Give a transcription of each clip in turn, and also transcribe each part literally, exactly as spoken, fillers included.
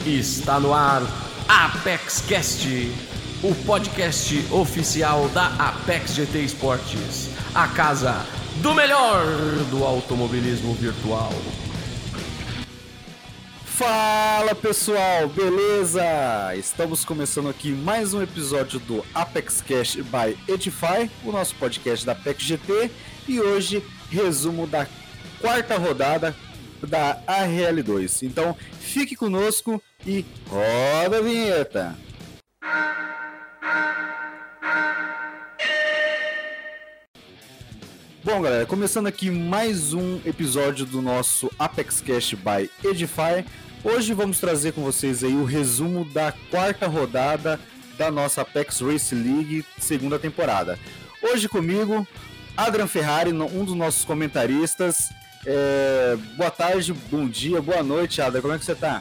Está no ar ApexCast, o podcast oficial da Apex G T Esportes, a casa do melhor do automobilismo virtual. Fala pessoal, beleza? Estamos começando aqui mais um episódio do ApexCast by Edify, o nosso podcast da Apex G T, e hoje resumo da quarta rodada da A R L dois. Então fique conosco e roda a vinheta! Bom galera, começando aqui mais um episódio do nosso ApexCast by Edify. Hoje vamos trazer com vocês aí o resumo da quarta rodada da nossa Apex Race League segunda temporada. Hoje comigo, Adrian Ferrari, um dos nossos comentaristas. É... Boa tarde, bom dia, boa noite, Adrian, como é que você tá?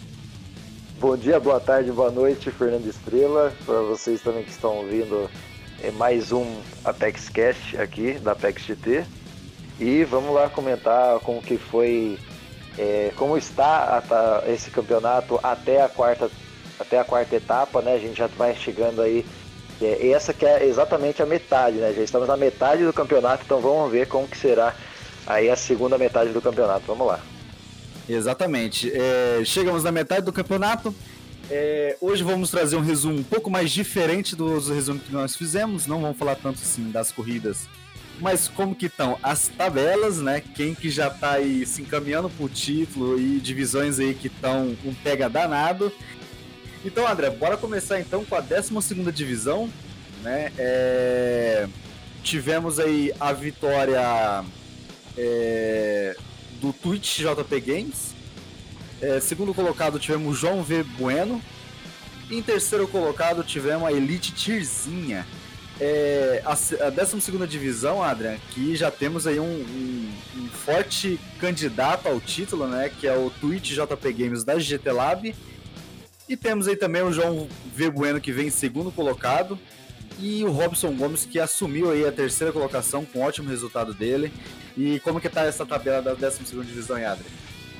Bom dia, boa tarde, boa noite, Fernando Estrela, para vocês também que estão ouvindo é mais um ApexCast aqui da Apex G T. E vamos lá comentar como que foi... É, como está a, esse campeonato até a quarta até a quarta etapa, né? A gente já vai chegando aí, é, essa que é exatamente a metade, né? Já estamos na metade do campeonato, então vamos ver como que será aí a segunda metade do campeonato. Vamos lá. Exatamente, é, chegamos na metade do campeonato. É, hoje vamos trazer um resumo um pouco mais diferente dos resumos que nós fizemos. Não vamos falar tanto assim das corridas, mas como que estão as tabelas, né? Quem que já tá aí se encaminhando pro título e divisões aí que estão um pega danado. Então, André, bora começar então com a décima segunda divisão, né? É... Tivemos aí a vitória é... do Twitch J P Games. É... Segundo colocado tivemos o João V Bueno. E em terceiro colocado tivemos a Elite Tirzinha. É, a, a décima segunda divisão, Adrian, que já temos aí um, um, um forte candidato ao título, né, que é o Twitch J P Games da G T Lab, e temos aí também o João V Bueno, que vem em segundo colocado, e o Robson Gomes, que assumiu aí a terceira colocação com um ótimo resultado dele. E como que tá essa tabela da décima segunda divisão, hein, Adrian?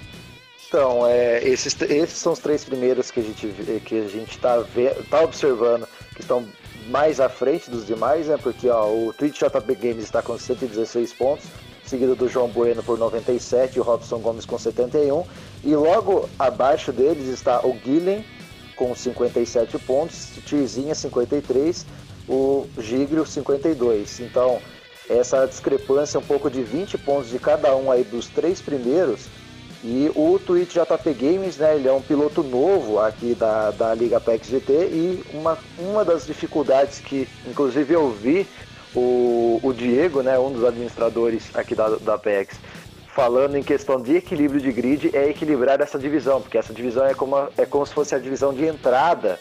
Então, é, esses, esses são os três primeiros que a gente que a gente tá, tá observando, que estão mais à frente dos demais, né? Porque ó, o Twitch J P Games está com cento e dezesseis pontos, seguido do João Bueno por noventa e sete e o Robson Gomes com setenta e um, e logo abaixo deles está o Guilherme com cinquenta e sete pontos, Tirzinha cinquenta e três, o Gigrio cinquenta e dois. Então essa discrepância é um pouco de vinte pontos de cada um aí dos três primeiros. E o Twitch J P Games, né, ele é um piloto novo aqui da, da Liga Apex G T, e uma, uma das dificuldades que, inclusive, eu vi o, o Diego, né, um dos administradores aqui da, da Apex, falando em questão de equilíbrio de grid, é equilibrar essa divisão, porque essa divisão é como, é como se fosse a divisão de entrada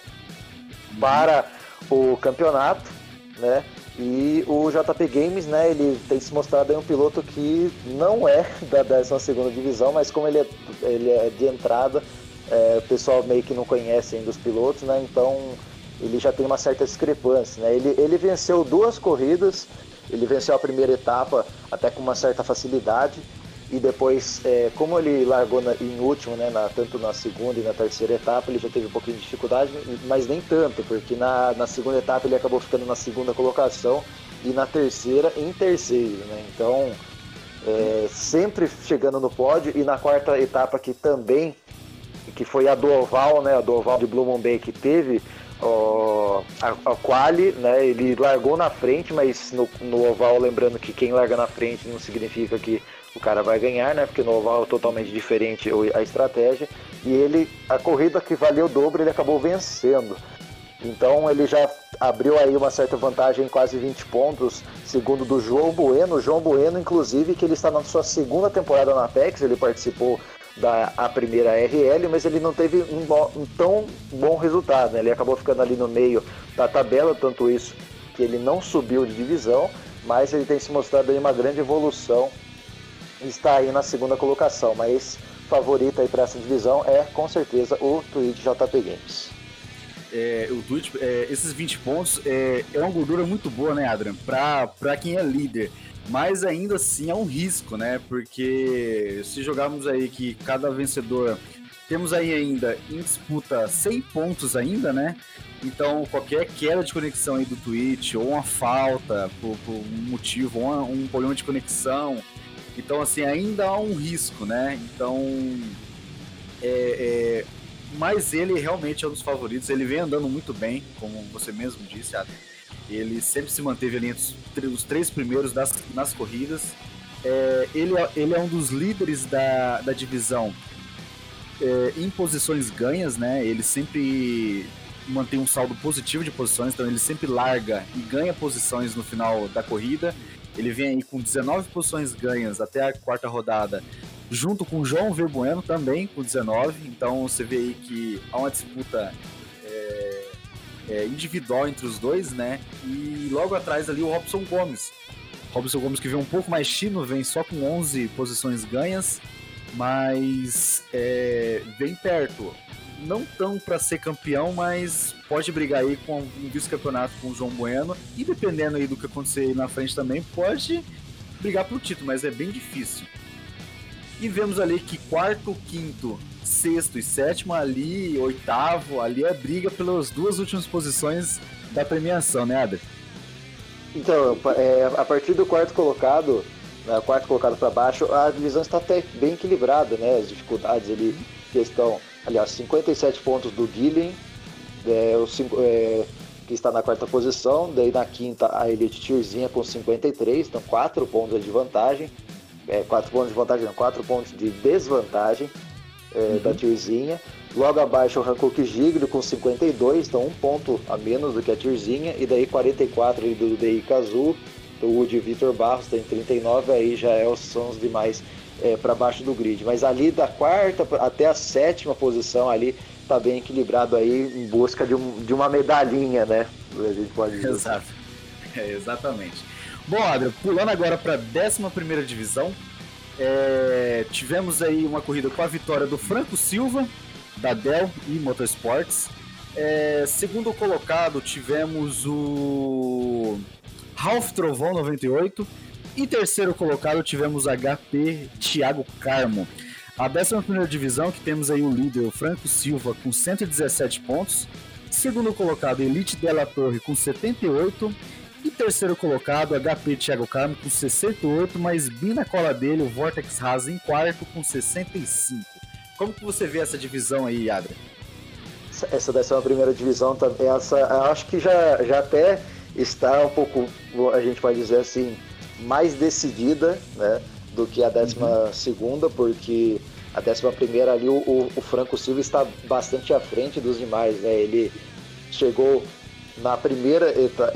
para o campeonato, né? E o J P Games, né, ele tem se mostrado aí um piloto que não é da décima segunda divisão, mas como ele é, ele é de entrada, é, o pessoal meio que não conhece ainda os pilotos, né, então ele já tem uma certa discrepância, né. Ele, ele venceu duas corridas, ele venceu a primeira etapa até com uma certa facilidade, e depois, é, como ele largou na, em último, né, na, tanto na segunda e na terceira etapa, ele já teve um pouquinho de dificuldade, mas nem tanto, porque na, na segunda etapa ele acabou ficando na segunda colocação e na terceira em terceiro, né? Então, é, sempre chegando no pódio. E na quarta etapa, que também, que foi a do oval, né, a do oval de Blue Moon Bay, que teve ó, a, a quali, né, ele largou na frente, mas no, no oval, lembrando que quem larga na frente não significa que o cara vai ganhar, né? Porque no oval é totalmente diferente a estratégia. E ele, a corrida que valeu o dobro, ele acabou vencendo. Então ele já abriu aí uma certa vantagem, quase vinte pontos, segundo do João Bueno. O João Bueno, inclusive, que ele está na sua segunda temporada na Apex, ele participou da a primeira R L, mas ele não teve um, bo, um tão bom resultado, né? Ele acabou ficando ali no meio da tabela, tanto isso que ele não subiu de divisão, mas ele tem se mostrado aí uma grande evolução. Está aí na segunda colocação, mas favorito aí para essa divisão é com certeza o Twitch J P Games. É, o Twitch, é, esses vinte pontos é, é uma gordura muito boa, né, Adrian, para quem é líder. mas ainda assim é um risco, né? Porque se jogarmos aí que cada vencedor temos aí ainda em disputa cem pontos ainda, né? Então qualquer queda de conexão aí do Twitch, ou uma falta por, por um motivo, ou uma, um problema de conexão, então assim, ainda há um risco, né? Então, é, é, mas ele realmente é um dos favoritos, ele vem andando muito bem, como você mesmo disse, Adam. Ele sempre se manteve ali entre os três primeiros das, nas corridas. É, ele, é, ele é um dos líderes da, da divisão é, em posições ganhas, né? Ele sempre mantém um saldo positivo de posições, então ele sempre larga e ganha posições no final da corrida. Ele vem aí com dezenove posições ganhas até a quarta rodada, junto com o João Verbueno também com dezenove. Então você vê aí que há uma disputa é, é, individual entre os dois, né? E logo atrás ali o Robson Gomes. Robson Gomes que vem um pouco mais chino, vem só com onze posições ganhas, mas é, vem perto. Não tão para ser campeão, mas pode brigar aí com um vice-campeonato com o João Bueno, e dependendo aí do que acontecer aí na frente também, pode brigar pelo título, mas é bem difícil. E vemos ali que quarto, quinto, sexto e sétimo, ali, oitavo, ali é briga pelas duas últimas posições da premiação, né, Adri? Então, é, a partir do quarto colocado, né, quarto colocado para baixo, a divisão está até bem equilibrada, né? As dificuldades ali que estão, aliás, cinquenta e sete pontos do Guilherme, é, o cinco, é, que está na quarta posição, daí na quinta a Elite Tirzinha com cinquenta e três, então quatro pontos de vantagem, é, quatro pontos de vantagem, não, quatro pontos de desvantagem é, uhum. da Tirzinha. Logo abaixo o Hankook Giglio com cinquenta e dois, então um ponto a menos do que a Tirzinha, e daí quarenta e quatro ali do D I Kazu, o Woody Vitor Barros tem trinta e nove, aí já é, são os demais é, para baixo do grid. Mas ali da quarta até a sétima posição ali tá bem equilibrado aí em busca de, um, de uma medalhinha, né? A gente pode dizer. Exato. É, exatamente. Bom, Adriano, pulando agora para a décima primeira divisão, é, tivemos aí uma corrida com a vitória do Franco Silva, da Dell e Motorsports. É, segundo colocado tivemos o Ralph Trovão noventa e oito, e terceiro colocado tivemos H P Thiago Carmo. A décima primeira divisão, que temos aí o líder, o Franco Silva, com cento e dezessete pontos, segundo colocado Elite Della Torre com setenta e oito, e terceiro colocado H P Thiago Carmo com sessenta e oito, mas bem na cola dele o Vortex Haas em quarto com sessenta e cinco. Como que você vê essa divisão aí, Adra? Essa décima primeira divisão, essa, eu acho que já, já até está um pouco, a gente pode dizer assim, mais decidida, né, do que a décima segunda, uhum. porque a décima primeira ali, o, o Franco Silva está bastante à frente dos demais, né? Ele chegou na primeira etapa,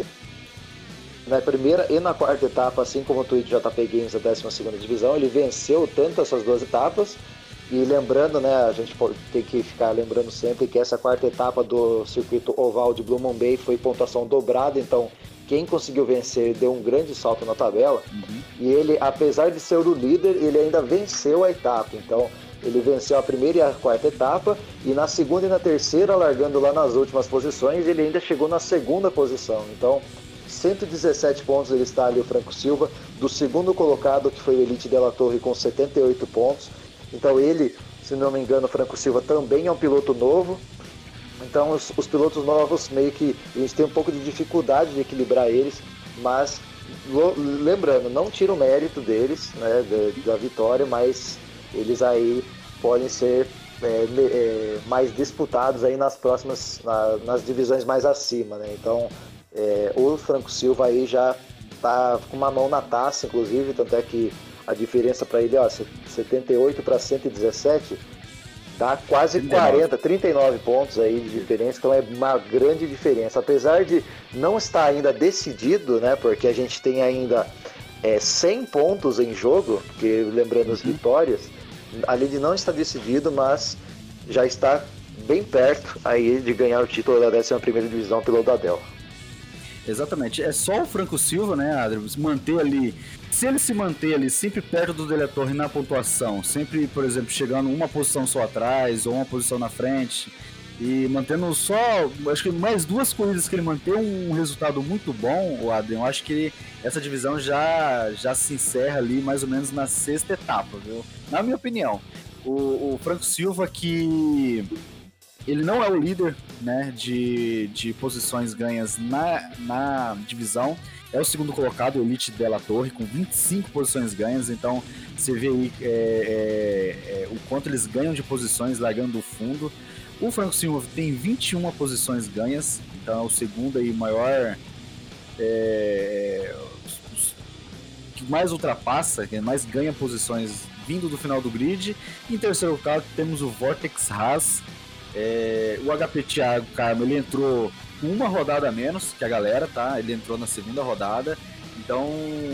na primeira e na quarta etapa, assim como o Twitch J P Games da décima segunda divisão, ele venceu tanto essas duas etapas. E lembrando, né, a gente tem que ficar lembrando sempre que essa quarta etapa do circuito oval de Blue Moon Bay foi pontuação dobrada, então quem conseguiu vencer deu um grande salto na tabela. Uhum. E ele, apesar de ser o líder, ele ainda venceu a etapa, então ele venceu a primeira e a quarta etapa, e na segunda e na terceira, largando lá nas últimas posições, ele ainda chegou na segunda posição. Então, cento e dezessete pontos ele está ali, o Franco Silva, do segundo colocado, que foi o Elite Della Torre, com setenta e oito pontos. Então ele, se não me engano, o Franco Silva também é um piloto novo. Então os, os pilotos novos meio que a gente tem um pouco de dificuldade de equilibrar eles, mas lo, lembrando, não tira o mérito deles, né, da, da vitória, mas eles aí podem ser é, é, mais disputados aí nas próximas, na, nas divisões mais acima, né? Então é, o Franco Silva aí já tá com uma mão na taça, inclusive, tanto é que a diferença para ele, ó, setenta e oito para cento e dezessete, dá quase trinta e nove. quarenta, trinta e nove pontos aí de diferença, então é uma grande diferença. Apesar de não estar ainda decidido, né, porque a gente tem ainda é, cem pontos em jogo, porque lembrando as vitórias, além de não estar decidido, mas já está bem perto aí de ganhar o título da décima primeira divisão pelo Dadel. Exatamente, é só o Franco Silva, né, Adriano, manter ali, se ele se manter ali sempre perto do Della Torre na pontuação, sempre, por exemplo, chegando uma posição só atrás ou uma posição na frente, e mantendo só, acho que mais duas corridas que ele mantém um resultado muito bom, o Adriano, acho que essa divisão já, já se encerra ali mais ou menos na sexta etapa, viu? Na minha opinião. O, o Franco Silva, que ele não é o líder, né, de, de posições ganhas na, na divisão, é o segundo colocado, o Elite de La Torre, com vinte e cinco posições ganhas. Então você vê aí é, é, é, o quanto eles ganham de posições largando do fundo. O Franco Silva tem vinte e uma posições ganhas, então é o segundo aí maior, é, que mais ultrapassa, que mais ganha posições vindo do final do grid. Em terceiro lugar temos o Vortex Haas. É, o H P Thiago Carmo, ele entrou uma rodada a menos que a galera, tá? Ele entrou na segunda rodada. Então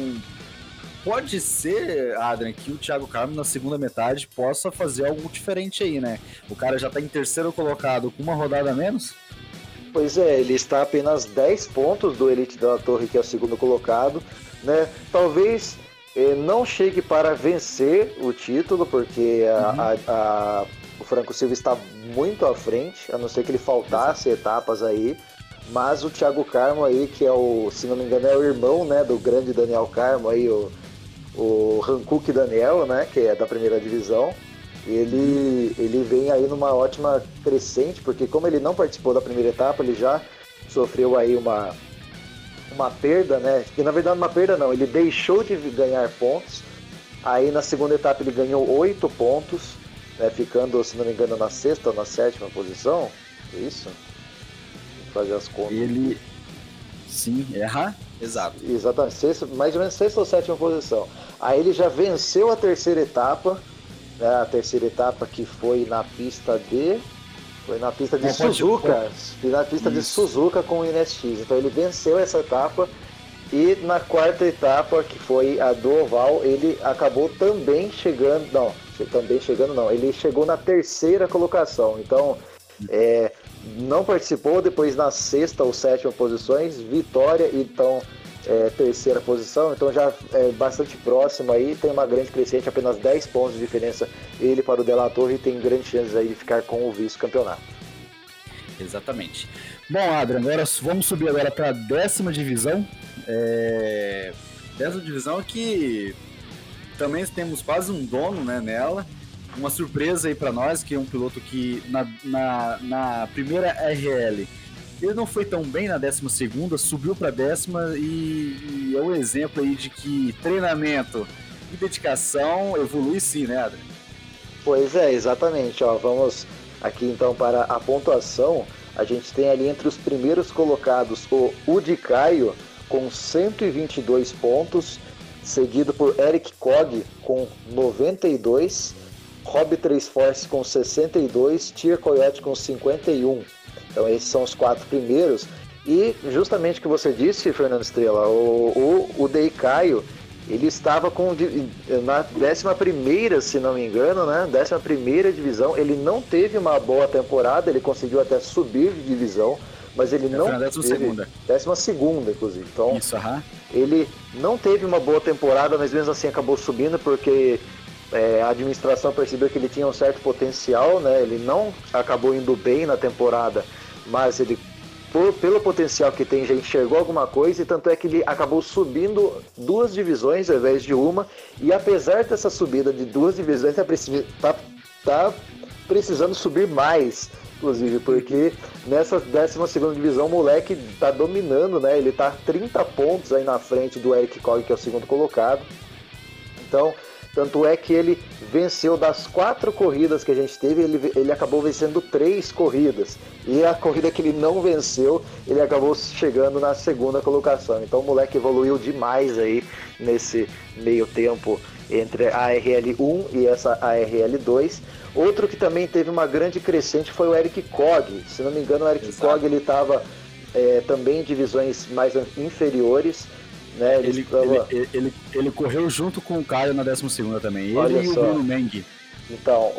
pode ser, Adrian, que o Thiago Carmo na segunda metade possa fazer algo diferente aí, né? O cara já tá em terceiro colocado com uma rodada a menos. Pois é, ele está a apenas dez pontos do Elite de La Torre, que é o segundo colocado, né? Talvez eh, não chegue para vencer o título, porque a, uhum. a, a, o Franco Silva está muito à frente, a não ser que ele faltasse Exato. etapas aí. Mas o Thiago Carmo aí, que é o, se não me engano, é o irmão, né, do grande Daniel Carmo aí, o, o Hankook Daniel, né, que é da primeira divisão. Ele, ele vem aí numa ótima crescente, porque como ele não participou da primeira etapa, ele já sofreu aí uma, uma perda, né? Que na verdade uma perda não, ele deixou de ganhar pontos. Aí na segunda etapa ele ganhou oito pontos, né? Ficando, se não me engano, na sexta ou na sétima posição. É isso? Tem que fazer as contas. Ele... Sim, erra. Exato. Exatamente, sexta, mais ou menos sexta ou sétima posição. Aí ele já venceu a terceira etapa, a terceira etapa que foi na pista de foi na pista de é, Suzuka pode... na pista Isso. de Suzuka com o N S X. Então ele venceu essa etapa, e na quarta etapa, que foi a do oval, ele acabou também chegando não, também chegando não, ele chegou na terceira colocação. Então é, não participou, depois na sexta ou sétima posições, vitória, então É, terceira posição, então já é bastante próximo aí, tem uma grande crescente, apenas dez pontos de diferença ele para o De La Torre, e tem grandes chances aí de ficar com o vice-campeonato. Exatamente. Bom, Adrian, agora vamos subir agora para a décima divisão. É... Décima divisão que também temos quase um dono, né, nela. Uma surpresa aí para nós, que é um piloto que na, na, na primeira R L ele não foi tão bem, na décima segunda, subiu para a décima, e, e é um exemplo aí de que treinamento e dedicação evolui sim, né, Adrian? Pois é, exatamente. Ó, vamos aqui então para a pontuação. A gente tem ali entre os primeiros colocados o Udi Caio com cento e vinte e dois pontos, seguido por Eric Kog com noventa e dois, Rob três Force com sessenta e dois, Tia Coyote com cinquenta e um. Então esses são os quatro primeiros. E justamente o que você disse, Fernando Estrela, o, o, o Dei Caio, ele estava com, na décima primeira, se não me engano, né? décima primeira divisão. Ele não teve uma boa temporada, ele conseguiu até subir de divisão, mas ele não teve... décima segunda. décima segunda, inclusive. Então, Isso, aham. Ele não teve uma boa temporada, mas mesmo assim acabou subindo, porque... É, a administração percebeu que ele tinha um certo potencial, né? Ele não acabou indo bem na temporada, mas ele, por, pelo potencial que tem, já enxergou alguma coisa, e tanto é que ele acabou subindo duas divisões ao invés de uma, e apesar dessa subida de duas divisões, tá, tá, tá precisando subir mais, inclusive, porque nessa décima segunda divisão o moleque tá dominando, né? Ele tá trinta pontos aí na frente do Eric Kog, que é o segundo colocado. Então... Tanto é que ele venceu das quatro corridas que a gente teve, ele, ele acabou vencendo três corridas. E a corrida que ele não venceu, ele acabou chegando na segunda colocação. Então o moleque evoluiu demais aí nesse meio tempo entre a A R L um e essa A R L dois. Outro que também teve uma grande crescente foi o Eric Kog. Se não me engano, o Eric Exato. Kog ele estava é, também em divisões mais inferiores. Né, ele, ele, tava... ele, ele, ele correu junto com o Caio na décima segunda também, ele Olha e só. o Bruno Meng. Então,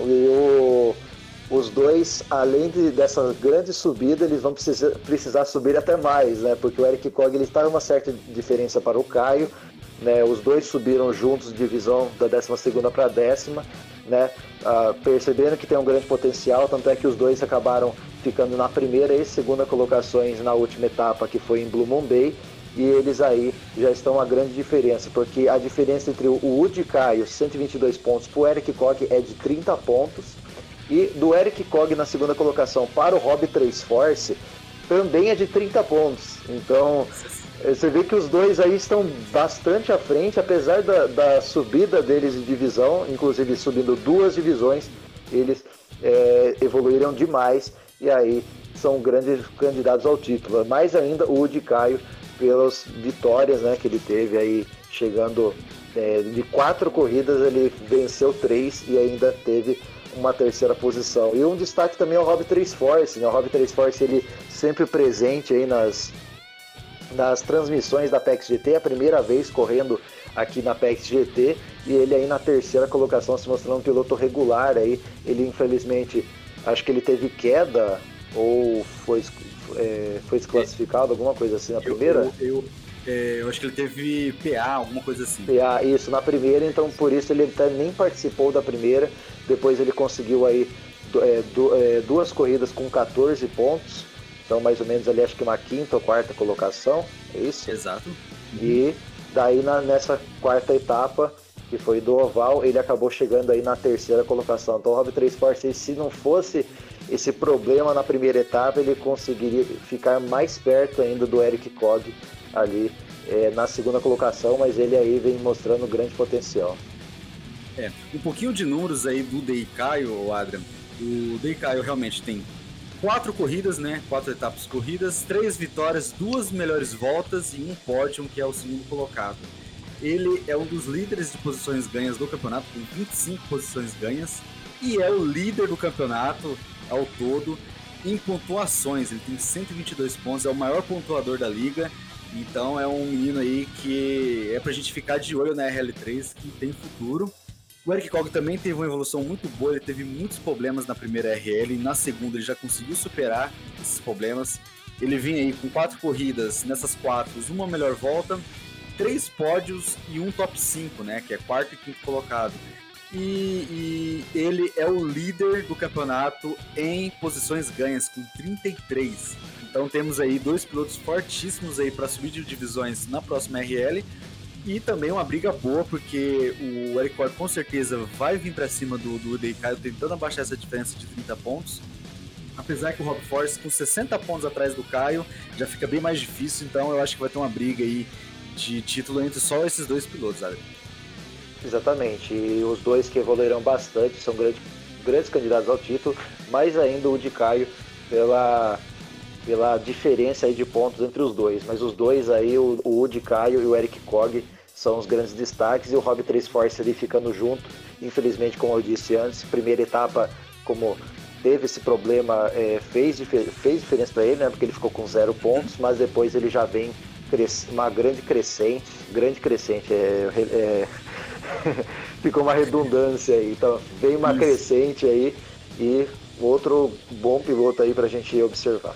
o, os dois, além de, dessa grande subida, eles vão precisar, precisar subir até mais, né? Porque o Eric Kog ele está em uma certa diferença para o Caio, né? Os dois subiram juntos de divisão da décima segunda para a décima, né? Ah, percebendo que tem um grande potencial, tanto é que os dois acabaram ficando na primeira e segunda colocações na última etapa, que foi em Blue Moon Bay. e eles aí já estão a grande diferença, porque a diferença entre o Woody Caio, cento e vinte e dois pontos, para o Eric Cog é de trinta pontos, e do Eric Cog na segunda colocação para o Rob três Force também é de trinta pontos. Então você vê que os dois aí estão bastante à frente, apesar da, da subida deles de divisão, inclusive subindo duas divisões, eles é, evoluíram demais e aí são grandes candidatos ao título. Mais ainda o Woody Caio, pelas vitórias, né, que ele teve aí, chegando é, de quatro corridas, ele venceu três e ainda teve uma terceira posição. E um destaque também é o Rob três Force, né? O Rob três Force, ele sempre presente aí nas, nas transmissões da Apex G T, é a primeira vez correndo aqui na Apex G T, e ele aí na terceira colocação se mostrando um piloto regular aí. Ele infelizmente, acho que ele teve queda ou foi, é, foi desclassificado, alguma coisa assim na primeira? Eu, eu, eu, é, eu acho que ele teve P A, alguma coisa assim. P A, isso, na primeira, então por isso ele até nem participou da primeira. Depois ele conseguiu aí é, du, é, duas corridas com quatorze pontos, então mais ou menos ali acho que uma quinta ou quarta colocação, é isso? Exato. E daí na, nessa quarta etapa, que foi do oval, ele acabou chegando aí na terceira colocação. Então o Rob três Force, se não fosse esse problema na primeira etapa, ele conseguiria ficar mais perto ainda do Eric Cog ali é, na segunda colocação, mas ele aí vem mostrando grande potencial. É, um pouquinho de números aí do Deikaio, Adrian. O Deikaio realmente tem quatro corridas, né? Quatro etapas corridas, três vitórias, duas melhores voltas e um pódio, que é o segundo colocado. Ele é um dos líderes de posições ganhas do campeonato, com vinte e cinco posições ganhas, e é o líder do campeonato ao todo em pontuações. Ele tem cento e vinte e dois pontos, é o maior pontuador da liga. Então é um menino aí que é pra gente ficar de olho na R L três, que tem futuro. O Eric Cog também teve uma evolução muito boa, ele teve muitos problemas na primeira R L, e na segunda ele já conseguiu superar esses problemas. Ele vinha aí com quatro corridas, nessas quatro, uma melhor volta, três pódios e um top cinco, né, que é quarto e quinto colocado. E, e ele é o líder do campeonato em posições ganhas, com trinta e três. Então temos aí dois pilotos fortíssimos aí para subir de divisões na próxima R L. E também uma briga boa, porque o Eric Cog com certeza vai vir para cima do, do Deikaio, tentando abaixar essa diferença de trinta pontos. Apesar que o Rob Force, com sessenta pontos atrás do Caio, já fica bem mais difícil. Então eu acho que vai ter uma briga aí de título entre só esses dois pilotos, sabe? Exatamente, e os dois que evoluíram bastante, são grandes, grandes candidatos ao título, mais ainda o de Caio pela, pela diferença aí de pontos entre os dois. Mas os dois aí, o, o Woody Caio e o Eric Cog, são os grandes destaques, e o Rob três Force ali ficando junto. Infelizmente, como eu disse antes, primeira etapa, como teve esse problema, é, fez, fez diferença para ele, né, porque ele ficou com zero pontos, mas depois ele já vem cres, uma grande crescente, grande crescente, é, é, ficou uma redundância aí, então vem uma Isso. crescente aí, e outro bom piloto aí pra gente observar.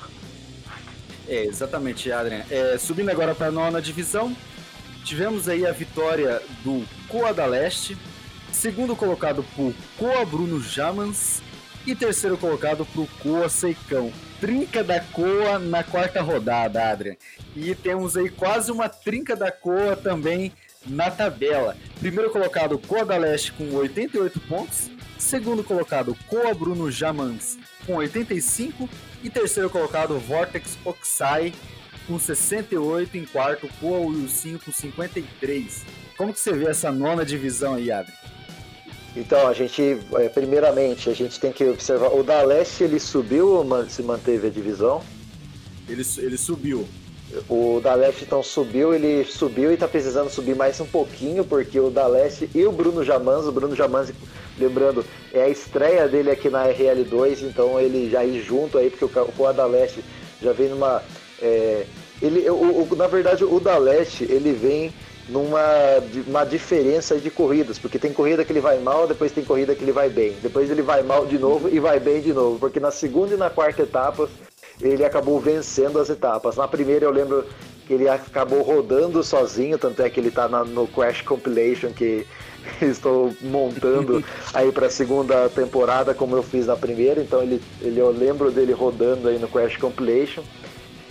É, exatamente, Adrian. É, subindo agora para a nona divisão, tivemos aí a vitória do Coa da Leste, segundo colocado por Coa Bruno Jamans e terceiro colocado por Coa Seicão. Trinca da Coa na quarta rodada, Adrian. E temos aí quase uma trinca da Coa também na tabela. Primeiro colocado, Coa da Leste com oitenta e oito pontos. Segundo colocado, Coa Bruno Jamans com oitenta e cinco. E terceiro colocado, Vortex Oxai com sessenta e oito. Em quarto, Coa Wilson com cinquenta e três. Como que você vê essa nona divisão aí, Adri? Então, a gente, primeiramente, a gente tem que observar, o da Leste, ele subiu ou se manteve a divisão? Ele, ele subiu. O da Leste, então, subiu, ele subiu e tá precisando subir mais um pouquinho, porque o da Leste e o Bruno Jamans, o Bruno Jamans, lembrando, é a estreia dele aqui na R L dois, então ele já ir junto aí, porque o Coa da Leste já vem numa... É, ele, o, o, na verdade, o da Leste, ele vem numa uma diferença de corridas, porque tem corrida que ele vai mal, depois tem corrida que ele vai bem, depois ele vai mal de novo e vai bem de novo, porque na segunda e na quarta etapa ele acabou vencendo as etapas. Na primeira eu lembro que ele acabou rodando sozinho, tanto é que ele tá na, no Crash Compilation que estou montando aí para a segunda temporada, como eu fiz na primeira, então ele, ele, eu lembro dele rodando aí no Crash Compilation.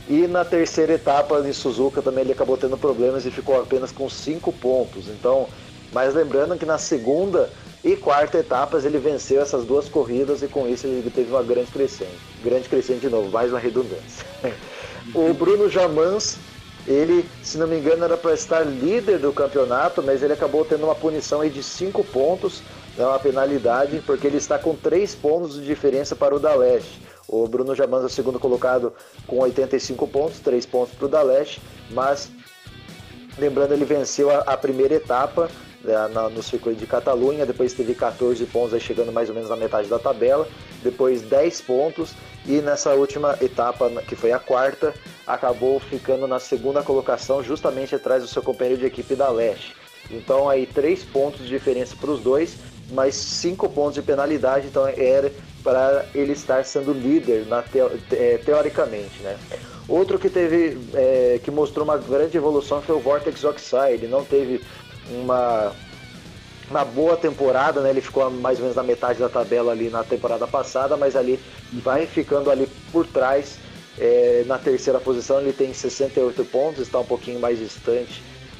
E na terceira etapa em Suzuka também ele acabou tendo problemas e ficou apenas com cinco pontos. Então, mas lembrando que na segunda e quarta etapas ele venceu essas duas corridas e com isso ele teve uma grande crescente. Grande crescente de novo, mais uma redundância. O Bruno Jamans, ele, se não me engano, era para estar líder do campeonato, mas ele acabou tendo uma punição aí de cinco pontos, né, uma penalidade, porque ele está com três pontos de diferença para o Daleste. O Bruno Jamans é o segundo colocado com oitenta e cinco pontos, três pontos para o Daleste, mas lembrando, ele venceu a, a primeira etapa, né, na, no circuito de Catalunha, depois teve quatorze pontos, aí chegando mais ou menos na metade da tabela, depois dez pontos, e nessa última etapa, que foi a quarta, acabou ficando na segunda colocação, justamente atrás do seu companheiro de equipe da Leste. Então aí três pontos de diferença para os dois, mas cinco pontos de penalidade, então era para ele estar sendo líder na teo, é, teoricamente, né? Outro que teve, é, que mostrou uma grande evolução foi o Vortex Oxide. Ele não teve uma, uma boa temporada, né? Ele ficou mais ou menos na metade da tabela ali na temporada passada, mas ali vai ficando ali por trás, é, na terceira posição. Ele tem sessenta e oito pontos, está um pouquinho mais distante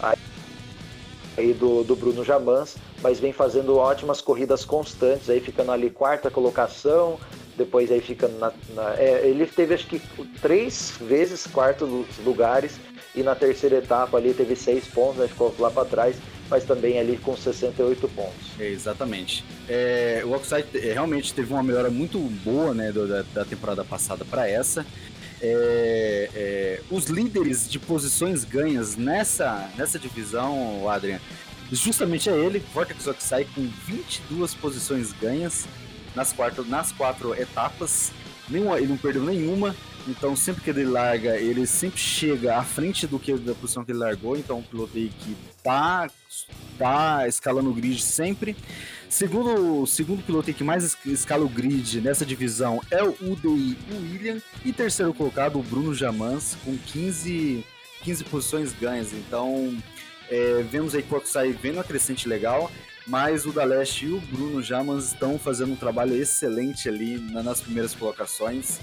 aí do, do Bruno Jamans, mas vem fazendo ótimas corridas constantes, aí ficando ali quarta colocação, depois aí ficando na... na é, ele teve acho que três vezes quartos lugares, e na terceira etapa ali teve seis pontos, né, ficou lá para trás, mas também ali com sessenta e oito pontos. É, exatamente. É, o Oxide realmente teve uma melhora muito boa, né, do, da, da temporada passada para essa. É, é, os líderes de posições ganhas nessa, nessa divisão, Adrian, justamente é ele, Vortex Oxide, com vinte e duas posições ganhas nas quatro, nas quatro etapas. Nenhuma, ele não perdeu nenhuma, então sempre que ele larga, ele sempre chega à frente do que, da posição que ele largou, então um piloto aí que tá, tá escalando o grid sempre. Segundo, o segundo piloto que mais escala o grid nessa divisão é o U D I William, e terceiro colocado o Bruno Jamans com quinze, quinze posições ganhas. Então é, vemos aí que o Oxide vem numa crescente legal, mas o Daleste e o Bruno Jamans estão fazendo um trabalho excelente ali nas primeiras colocações.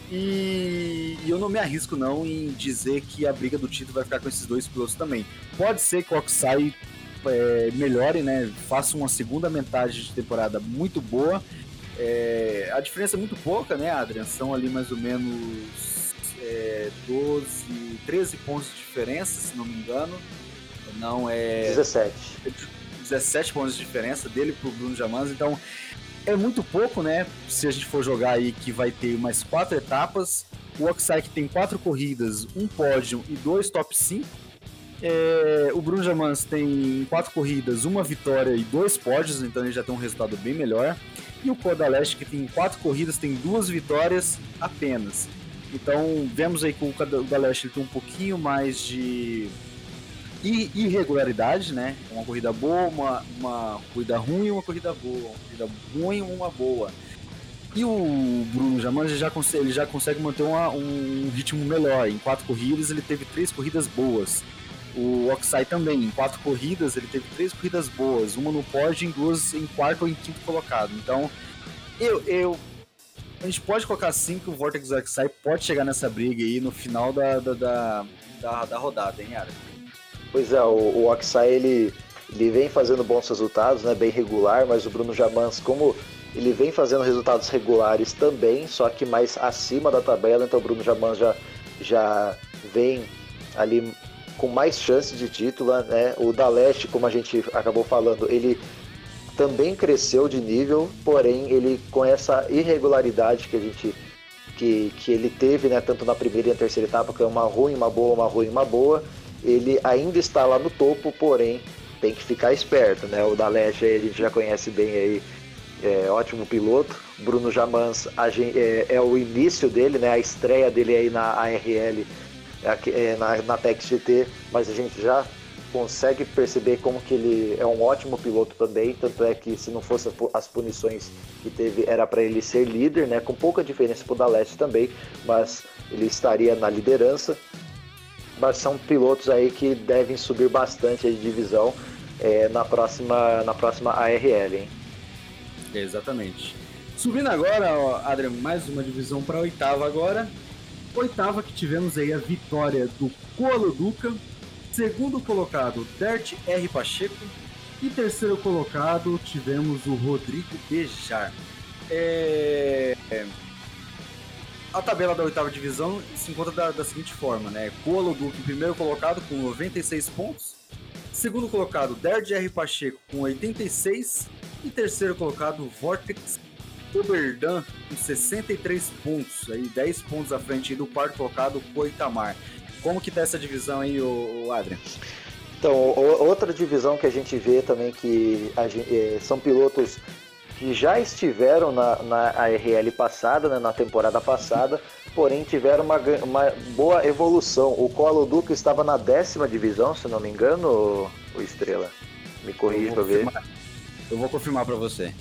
E, e eu não me arrisco não em dizer que a briga do título vai ficar com esses dois pilotos também. Pode ser que o Oxide É, melhore, né? Faça uma segunda metade de temporada muito boa. É, a diferença é muito pouca, né, Adrian? São ali mais ou menos é, doze, treze pontos de diferença, se não me engano. Não é. dezessete. dezessete pontos de diferença dele pro Bruno Jamans. Então é muito pouco, né? Se a gente for jogar aí que vai ter mais quatro etapas. O Oxide tem quatro corridas, um pódio e dois top cinco. É, o Bruno Jamans tem quatro corridas, uma vitória e dois pódios, então ele já tem um resultado bem melhor. E o Codaleste, que tem quatro corridas, tem duas vitórias apenas. Então vemos aí que o Codaleste tem um pouquinho mais de irregularidade, né? Uma corrida boa, uma, uma corrida ruim e uma corrida boa, uma corrida ruim e uma boa. E o Bruno Jamans já consegue, ele já consegue manter uma, um ritmo melhor. Em quatro corridas ele teve três corridas boas. O Oxide também, em quatro corridas, ele teve três corridas boas, uma no pódio e duas em quarto ou em quinto colocado. Então, eu, eu, a gente pode colocar assim que o Vortex Oxide pode chegar nessa briga aí no final da, da, da, da, da rodada, hein, Ara? Pois é, o, o Oxide, ele, ele vem fazendo bons resultados, né, bem regular, mas o Bruno Jamans, como ele vem fazendo resultados regulares também, só que mais acima da tabela, então o Bruno Jamans já, já vem ali com mais chances de título, né? O Daleste, como a gente acabou falando, ele também cresceu de nível, porém ele com essa irregularidade que a gente que, que ele teve, né, tanto na primeira e na terceira etapa, que é uma ruim, uma boa, uma ruim, uma boa, ele ainda está lá no topo, porém tem que ficar esperto, né? O Daleste a gente já conhece bem aí, é ótimo piloto. Bruno Jamans é, é o início dele, né? A estreia dele aí na A R L, na, na Apex G T, mas a gente já consegue perceber como que ele é um ótimo piloto também, tanto é que se não fosse as punições que teve, era para ele ser líder, né, com pouca diferença para o Daleste também, mas ele estaria na liderança. Mas são pilotos aí que devem subir bastante de divisão é, na, próxima, na próxima A R L, hein? Exatamente. Subindo agora, ó, Adriano, mais uma divisão para a oitava agora. Oitava que tivemos aí a vitória do Coaloduca. Segundo colocado, Dert R. Pacheco. E terceiro colocado, tivemos o Rodrigo Bejar. É... A tabela da oitava divisão se encontra da, da seguinte forma, né? Coaloduca em primeiro colocado com noventa e seis pontos. Segundo colocado, Dert R. Pacheco com oitenta e seis. E terceiro colocado, Vortex Oberdan com sessenta e três pontos. Aí dez pontos à frente do quarto colocado, Coitamar. Como que tá essa divisão aí, o Adrian? Então, outra divisão que a gente vê também que a gente, é, são pilotos que já estiveram na, na A R L passada, né, na temporada passada, porém tiveram uma, uma boa evolução. O Coaloduca estava na décima divisão, se não me engano, o, o Estrela. Me corrija para ver. Eu vou confirmar para você.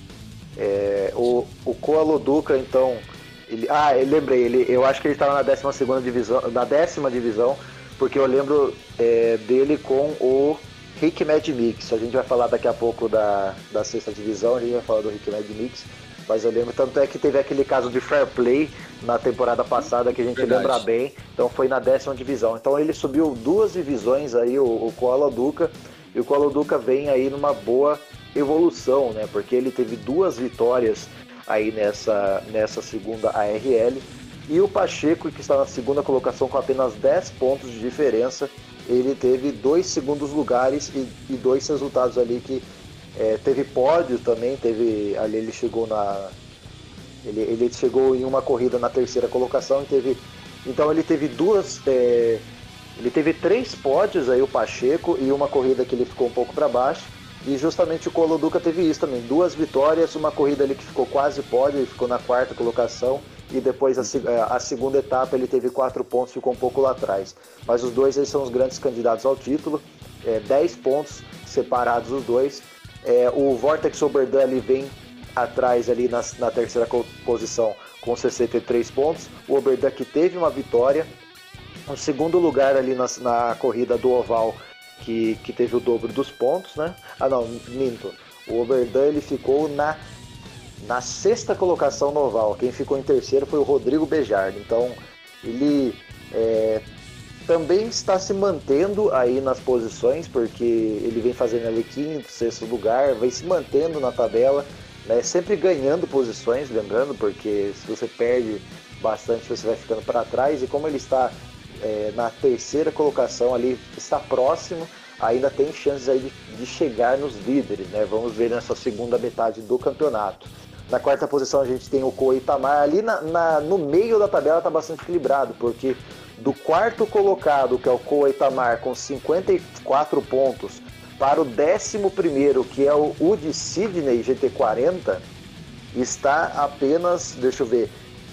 É, o o Coaloduca, então... Ele, ah, eu lembrei, ele, eu acho que ele estava na décima segunda divisão, na décima divisão, porque eu lembro é, dele com o Rick Mad Mix. A gente vai falar daqui a pouco da, da sexta divisão, a gente vai falar do Rick Mad Mix, mas eu lembro, tanto é que teve aquele caso de Fair Play na temporada passada que a gente Verdade. lembra bem, então foi na décima divisão. Então ele subiu duas divisões aí, o, o Coaloduca, e o Coaloduca vem aí numa boa evolução, né? Porque ele teve duas vitórias aí nessa, nessa segunda A R L. E o Pacheco, que está na segunda colocação com apenas dez pontos de diferença, ele teve dois segundos lugares e, e dois resultados ali que é, teve pódio também, teve ali ele chegou na ele, ele chegou em uma corrida na terceira colocação e teve então ele teve duas é, ele teve três pódios aí o Pacheco e uma corrida que ele ficou um pouco para baixo. E justamente o Coaloduca teve isso também, duas vitórias, uma corrida ali que ficou quase pódio, ele ficou na quarta colocação, e depois a, a segunda etapa ele teve quatro pontos, ficou um pouco lá atrás. Mas os dois eles são os grandes candidatos ao título, é, dez pontos separados os dois. É, o Vortex Oberdan ele vem atrás ali na, na terceira posição com sessenta e três pontos, o Oberdan que teve uma vitória, um segundo lugar ali na, na corrida do Oval, Que, que teve o dobro dos pontos, né? Ah não, minto. O Oberdan ele ficou na, na sexta colocação no oval. Quem ficou em terceiro foi o Rodrigo Bejar. Então ele é, também está se mantendo aí nas posições, porque ele vem fazendo ali quinto, sexto lugar, vem se mantendo na tabela, né? Sempre ganhando posições, lembrando, porque se você perde bastante você vai ficando para trás. E como ele está É, na terceira colocação ali, está próximo, ainda tem chances aí de, de chegar nos líderes, né? Vamos ver nessa segunda metade do campeonato. Na quarta posição a gente tem o Coitamar, ali na, na, no meio da tabela está bastante equilibrado, porque do quarto colocado, que é o Coitamar, com cinquenta e quatro pontos, para o décimo primeiro, que é o Udi Sidney G T quarenta, está apenas, deixa eu ver,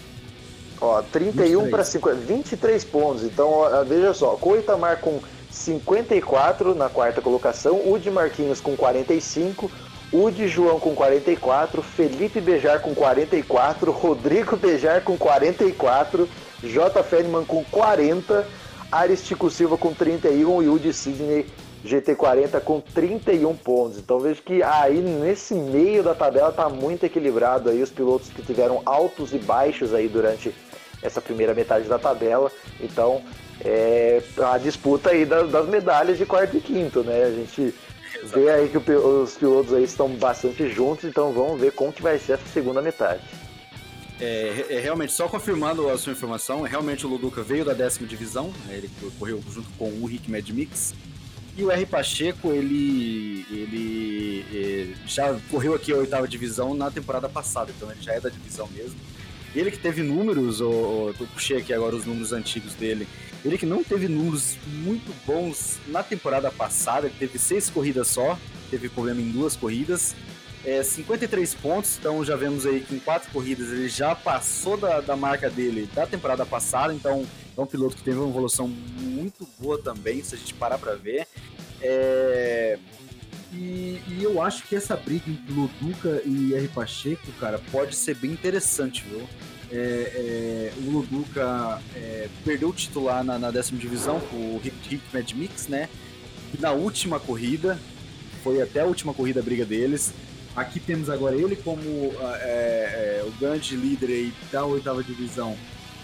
ó, trinta e um para cinquenta, vinte e três pontos. Então, ó, veja só, Coitamar com cinquenta e quatro na quarta colocação, Udi Marquinhos com quarenta e cinco, Udi João com quarenta e quatro, Felipe Bejar com quarenta e quatro, Rodrigo Bejar com quarenta e quatro, J. Fedman com quarenta, Aristico Silva com trinta e um e Udi Sidney G T quarenta com trinta e um pontos. Então vejo que aí nesse meio da tabela tá muito equilibrado aí os pilotos que tiveram altos e baixos aí durante essa primeira metade da tabela. Então é a disputa aí das, das medalhas de quarto e quinto, né? A gente vê aí que o, os pilotos aí estão bastante juntos, então vamos ver como que vai ser essa segunda metade. É, é, realmente, só confirmando a sua informação, realmente o Luduca veio da décima divisão, né? Ele correu junto com o Rick Mad Mix. E o R. Pacheco, ele, ele, ele já correu aqui a oitava divisão na temporada passada, então ele já é da divisão mesmo. Ele que teve números, eu, eu puxei aqui agora os números antigos dele, ele que não teve números muito bons na temporada passada, ele teve seis corridas só, teve problema em duas corridas, é, cinquenta e três pontos, então já vemos aí que em quatro corridas ele já passou da, da marca dele da temporada passada, então é um piloto que teve uma evolução muito boa também, se a gente parar para ver. É... E, e eu acho que essa briga entre Luduca e R. Pacheco, cara, pode ser bem interessante, viu? É, é, o Luduca é, perdeu o titular na, na décima divisão com o Rick, Rick Mad Mix, né? Na última corrida, foi até a última corrida a briga deles. Aqui temos agora ele como é, é, o grande líder aí da oitava divisão,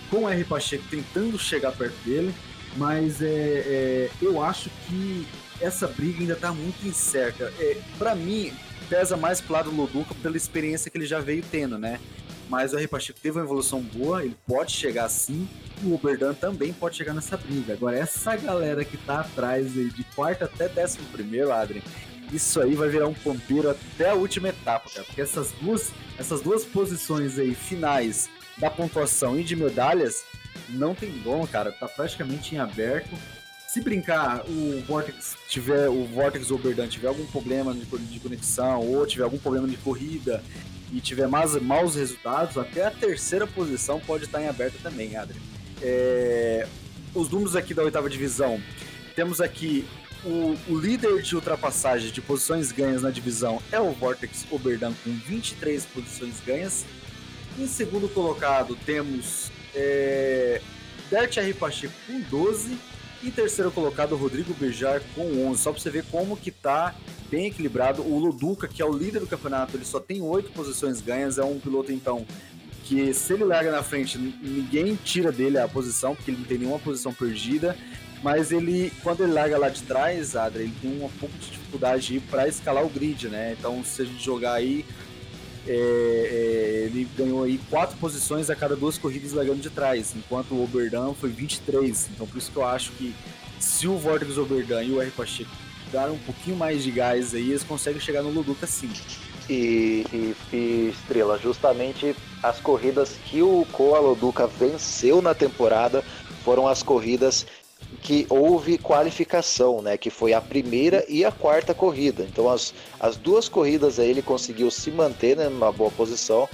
com o R. Pacheco tentando chegar perto dele, mas é, é, eu acho que essa briga ainda está muito incerta. É, para mim, pesa mais pro lado do Loduca pela experiência que ele já veio tendo, né? Mas o R. Pacheco teve uma evolução boa, ele pode chegar sim, e o Oberdan também pode chegar nessa briga. Agora, essa galera que tá atrás aí, de quarto até décimo primeiro, Adrien, isso aí vai virar um pompeiro até a última etapa, cara, porque essas duas, essas duas posições aí finais da pontuação e de medalhas não tem dono, cara, tá praticamente em aberto. Se brincar, o Vortex tiver, o Vortex ou o Oberdan tiver algum problema de, de conexão ou tiver algum problema de corrida e tiver mais, maus resultados, até a terceira posição pode estar em aberto também, Adrien. É, os números aqui da oitava divisão, temos aqui o, o líder de ultrapassagem de posições ganhas na divisão é o Vortex Oberdan com vinte e três posições ganhas. Em segundo colocado temos é, Dert R. Pacheco com doze. Em terceiro colocado, o Rodrigo Bejar com onze. Só para você ver como que tá bem equilibrado. O Loduca, que é o líder do campeonato, ele só tem oito posições ganhas. É um piloto, então, que se ele larga na frente, ninguém tira dele a posição, porque ele não tem nenhuma posição perdida. Mas ele, quando ele larga lá de trás, Adrien, ele tem um pouco de dificuldade para escalar o grid, né? Então, se a gente jogar aí, É, é, ele ganhou aí quatro posições a cada duas corridas largando de trás, enquanto o Oberdan foi vinte e três. Então por isso que eu acho que se o Vortex Oberdan e o R. Pacheco darem um pouquinho mais de gás aí, eles conseguem chegar no Loduca sim. E, e, e Estrela, justamente as corridas que o Koa Loduca venceu na temporada foram as corridas que houve qualificação, né? Que foi a primeira e a quarta corrida. Então as, as duas corridas aí ele conseguiu se manter, né, numa boa posição,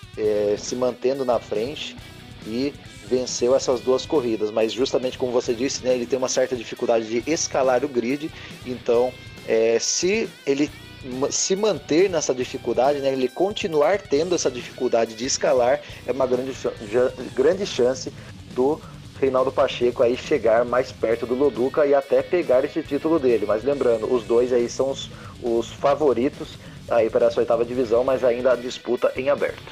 é, se mantendo na frente e venceu essas duas corridas. Mas justamente como você disse, né, ele tem uma certa dificuldade de escalar o grid. Então é, se ele se manter nessa dificuldade, né, ele continuar tendo essa dificuldade de escalar, é uma grande, grande chance do Reinaldo Pacheco aí chegar mais perto do Loduca e até pegar esse título dele. Mas lembrando, os dois aí são os, os favoritos aí para essa oitava divisão, mas ainda a disputa em aberto.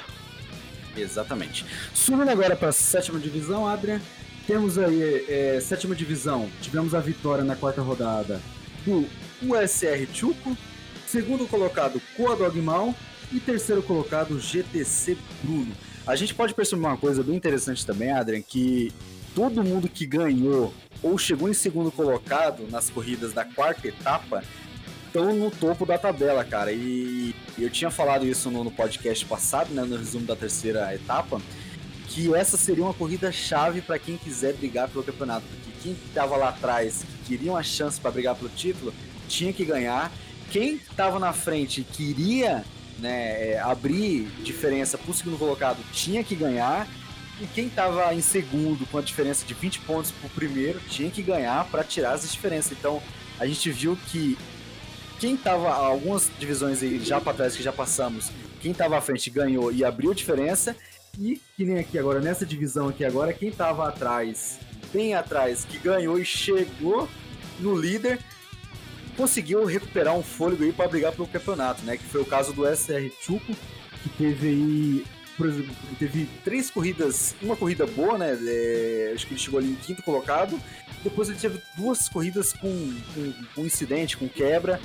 Exatamente. Subindo agora para a sétima divisão, Adrien, temos aí é, sétima divisão, tivemos a vitória na quarta rodada do U S R Chuco, segundo colocado Koa Dogmal e terceiro colocado G T C Bruno. A gente pode perceber uma coisa bem interessante também, Adrien, que todo mundo que ganhou ou chegou em segundo colocado nas corridas da quarta etapa estão no topo da tabela, cara. E eu tinha falado isso no, no podcast passado, né, no resumo da terceira etapa, que essa seria uma corrida chave para quem quiser brigar pelo campeonato, porque quem estava lá atrás, que queria uma chance para brigar pelo título, tinha que ganhar. Quem estava na frente queria, né, abrir diferença para o segundo colocado, tinha que ganhar. E quem estava em segundo com a diferença de vinte pontos para o primeiro tinha que ganhar para tirar as diferenças. Então a gente viu que quem estava, algumas divisões aí já para trás que já passamos, quem estava à frente ganhou e abriu diferença. E que nem aqui agora, nessa divisão aqui agora, quem estava atrás, bem atrás, que ganhou e chegou no líder, conseguiu recuperar um fôlego aí para brigar pelo campeonato, né? Que foi o caso do S R Chuco, que teve aí, por exemplo, teve três corridas, uma corrida boa, né? É, acho que ele chegou ali em quinto colocado. Depois ele teve duas corridas com, com, com incidente, com quebra.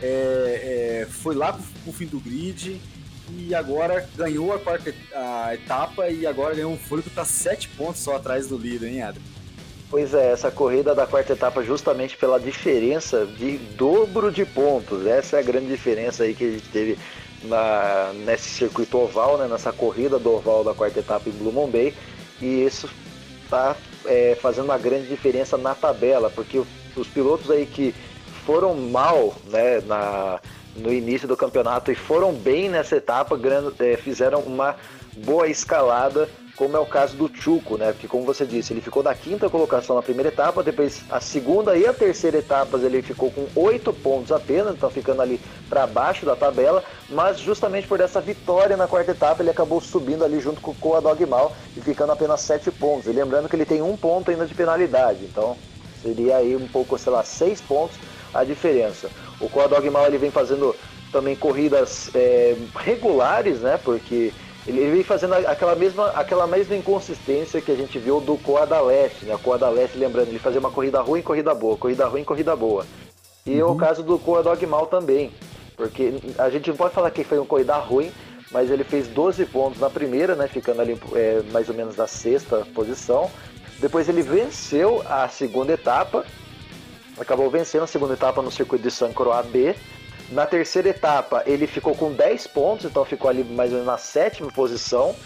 É, é, foi lá pro, pro fim do grid e agora ganhou a quarta a etapa e agora ganhou um fôlego, tá sete pontos só atrás do líder, hein, Adrien? Pois é, essa corrida da quarta etapa justamente pela diferença de dobro de pontos. Essa é a grande diferença aí que a gente teve Na, nesse circuito oval, né, nessa corrida do oval da quarta etapa em Blue Moon Bay, e isso está é, fazendo uma grande diferença na tabela, porque os pilotos aí que foram mal, né, na, no início do campeonato e foram bem nessa etapa, grande, é, fizeram uma boa escalada, como é o caso do Chuco, né? Porque como você disse, ele ficou na quinta colocação na primeira etapa, depois a segunda e a terceira etapas ele ficou com oito pontos apenas, então ficando ali para baixo da tabela, mas justamente por essa vitória na quarta etapa ele acabou subindo ali junto com o Koa Dogmal e ficando apenas sete pontos. E lembrando que ele tem um ponto ainda de penalidade, então seria aí um pouco, sei lá, seis pontos a diferença. O Koa Dogmal ele vem fazendo também corridas é, regulares, né? Porque Ele, ele vem fazendo aquela mesma, aquela mesma inconsistência que a gente viu do Coada Leste, né? O Coada Leste, lembrando, ele fazia uma corrida ruim, corrida boa, corrida ruim, corrida boa. E uhum. o caso do Coa Dogmal também, porque a gente não pode falar que foi uma corrida ruim, mas ele fez doze pontos na primeira, né? Ficando ali é, mais ou menos na sexta posição. Depois ele venceu a segunda etapa, acabou vencendo a segunda etapa no circuito de San Croix B. Na terceira etapa ele ficou com dez pontos, então ficou ali mais ou menos na sétima posição.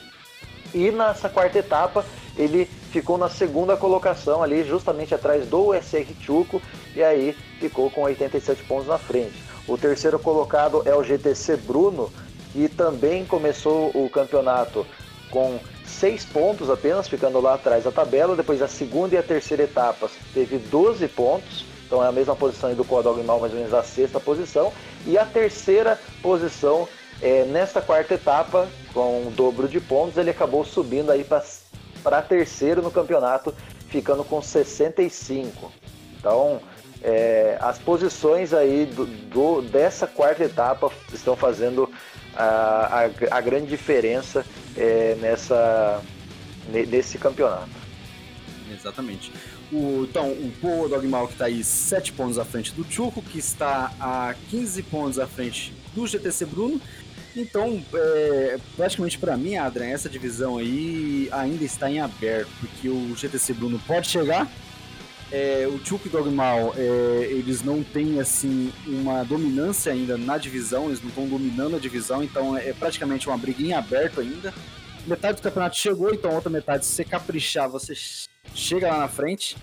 E nessa quarta etapa ele ficou na segunda colocação ali, justamente atrás do U S R Chuco, e aí ficou com oitenta e sete pontos na frente. O terceiro colocado é o G T C Bruno, que também começou o campeonato com seis pontos apenas, ficando lá atrás da tabela. Depois a segunda e a terceira etapas teve doze pontos, então é a mesma posição aí do Coa Dogmal, mais ou menos a sexta posição. E a terceira posição, é, nesta quarta etapa, com um dobro de pontos, ele acabou subindo aí para terceiro no campeonato, ficando com sessenta e cinco. Então, é, as posições aí do, do, dessa quarta etapa estão fazendo a, a, a grande diferença é, nessa, nesse campeonato. Exatamente. O, então, o Coa Dogmal que está aí sete pontos à frente do Chuco, que está a quinze pontos à frente do G T C Bruno. Então, é, praticamente para mim, Adrian, essa divisão aí ainda está em aberto, porque o G T C Bruno pode chegar. É, o Chuco e o Dogmal, é, eles não têm assim uma dominância ainda na divisão, eles não estão dominando a divisão, então é praticamente uma briguinha aberta ainda. Metade do campeonato chegou, então a outra metade, se você caprichar, você chega lá na frente.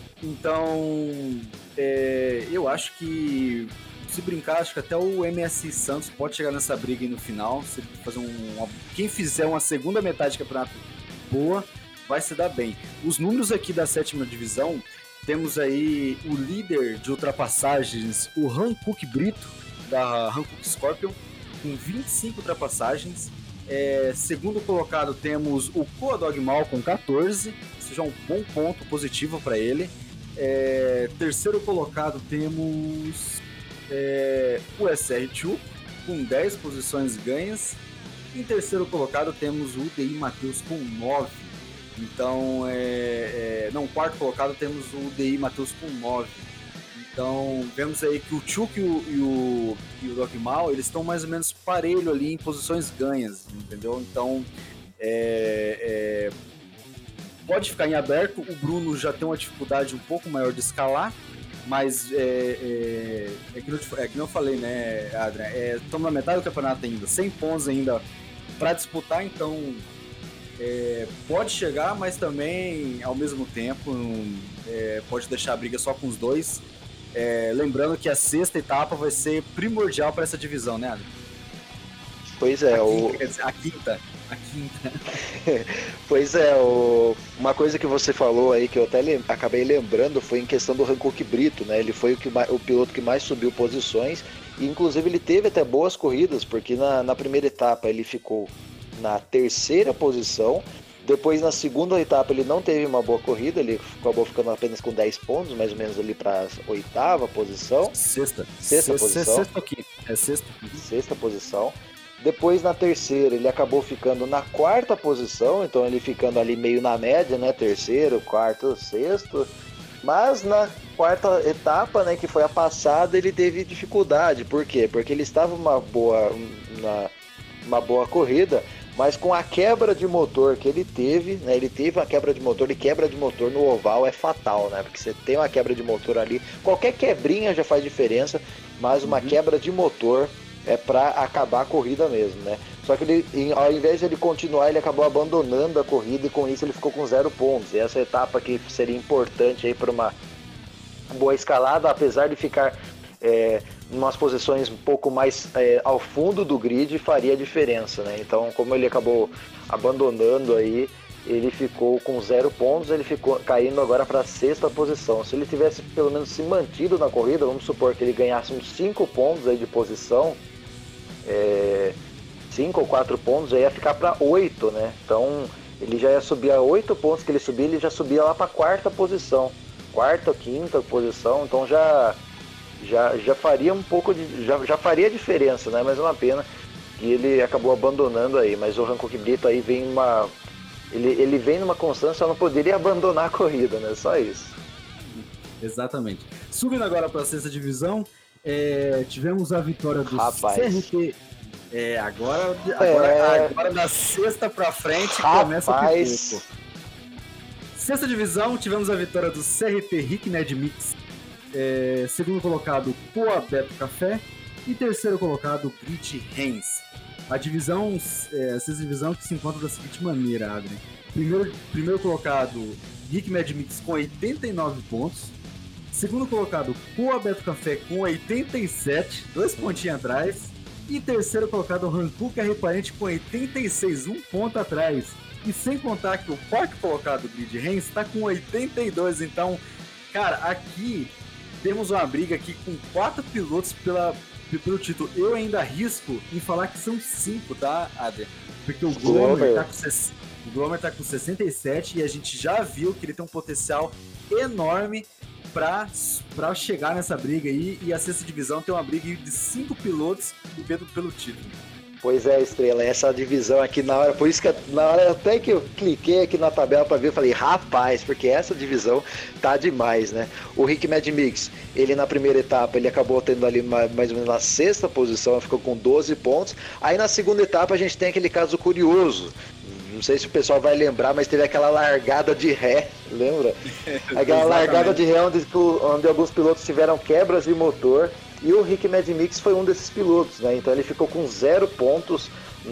Então, é, eu acho que, se brincar, acho que até o M S I Santos pode chegar nessa briga aí no final. Se fazer um, uma, quem fizer uma segunda metade do campeonato boa, vai se dar bem. Os números aqui da sétima divisão, temos aí o líder de ultrapassagens, o Hankook Brito, da Hankook Scorpion, com vinte e cinco ultrapassagens. É, segundo colocado temos o Coa Dogmal com quatorze, isso já é um bom ponto positivo para ele. É, terceiro colocado temos é, o S R Chuco com dez posições ganhas. Em terceiro colocado temos o U D I Matheus com nove. Então, é, é, não, quarto colocado temos o U D I Matheus com nove. Então, vemos aí que o Chuco e o, e o, e o Dogmal, eles estão mais ou menos parelho ali em posições ganhas, entendeu? Então, é, é, pode ficar em aberto. O Bruno já tem uma dificuldade um pouco maior de escalar, mas é, é, é, que, eu, é que eu falei, né, Adrian? Estamos é, na metade do campeonato ainda, cem pontos ainda para disputar, então é, pode chegar, mas também, ao mesmo tempo, é, pode deixar a briga só com os dois. É, lembrando que a sexta etapa vai ser primordial para essa divisão, né, Adrian? Pois é, a o... quinta, quer dizer, a quinta. A quinta. Pois é, o... uma coisa que você falou aí que eu até lem... acabei lembrando foi em questão do Hankook Brito, né? Ele foi o, que mais... o piloto que mais subiu posições e inclusive ele teve até boas corridas, porque na, na primeira etapa ele ficou na terceira posição. Depois, na segunda etapa, ele não teve uma boa corrida, ele acabou ficando apenas com dez pontos, mais ou menos ali para a oitava posição. Sexta. Sexta, sexta posição. Sexta aqui. É sexta. Sexta posição. Depois, na terceira, ele acabou ficando na quarta posição, então ele ficando ali meio na média, né? Terceiro, quarto, sexto. Mas na quarta etapa, né, que foi a passada, ele teve dificuldade. Por quê? Porque ele estava uma boa, uma, uma boa corrida, mas com a quebra de motor que ele teve, né, ele teve uma quebra de motor, e quebra de motor no oval é fatal, né, porque você tem uma quebra de motor ali, qualquer quebrinha já faz diferença, mas uma uhum. quebra de motor é para acabar a corrida mesmo, né. Só que ele, ao invés de ele continuar, ele acabou abandonando a corrida e com isso ele ficou com zero pontos. E essa etapa que seria importante aí para uma boa escalada, apesar de ficar é, em umas posições um pouco mais é, ao fundo do grid, faria diferença, né? Então, como ele acabou abandonando aí, ele ficou com zero pontos, ele ficou caindo agora para a sexta posição. Se ele tivesse pelo menos se mantido na corrida, vamos supor que ele ganhasse uns cinco pontos aí de posição, é, cinco ou quatro pontos, já ia ficar para oito, né? Então, ele já ia subir a oito pontos que ele subia, ele já subia lá para a quarta posição, quarta ou quinta posição, então já Já, já faria um pouco de. Já, já faria diferença, né? Mas é uma pena e ele acabou abandonando aí, mas o Hankook Brito aí vem uma... Ele, ele vem numa constância, não poderia abandonar a corrida, né? Só isso. Exatamente. Subindo agora para a sexta divisão, é, tivemos a vitória do Rapaz. C R T. É, agora, agora, É... agora da sexta para frente Rapaz. começa o pipoco. Sexta divisão, tivemos a vitória do C R T Rick Ned Mix. É, segundo colocado, Poa Beto Café. E terceiro colocado, Grit Hens. A divisão, é, a sexta divisão que se encontra da seguinte maneira, Adrien. Primeiro, primeiro colocado, Geek Mad Mix com oitenta e nove pontos. Segundo colocado, Poa Beto Café com oitenta e sete, dois pontinhos atrás. E terceiro colocado, Hankook R Parente com oitenta e seis, um ponto atrás. E sem contar que o quarto colocado, Grid Hens, está com oitenta e dois. Então, cara, aqui temos uma briga aqui com quatro pilotos pela... pelo título. Eu ainda arrisco em falar que são cinco, tá, Adrien? Porque o Glomer tá, com, o Glomer tá com sessenta e sete e a gente já viu que ele tem um potencial enorme pra, pra chegar nessa briga aí. E a sexta divisão tem uma briga de cinco pilotos pelo, pelo título. Pois é, Estrela, essa divisão aqui na hora, por isso que na hora até que eu cliquei aqui na tabela para ver, eu falei, rapaz, porque essa divisão tá demais, né? O Rick Mad Mix, ele na primeira etapa, ele acabou tendo ali mais ou menos na sexta posição, ficou com doze pontos. Aí na segunda etapa a gente tem aquele caso curioso, não sei se o pessoal vai lembrar, mas teve aquela largada de ré, lembra? Aquela largada de ré onde, onde alguns pilotos tiveram quebras de motor. E o Rick Mad Mix foi um desses pilotos, né? Então ele ficou com zero pontos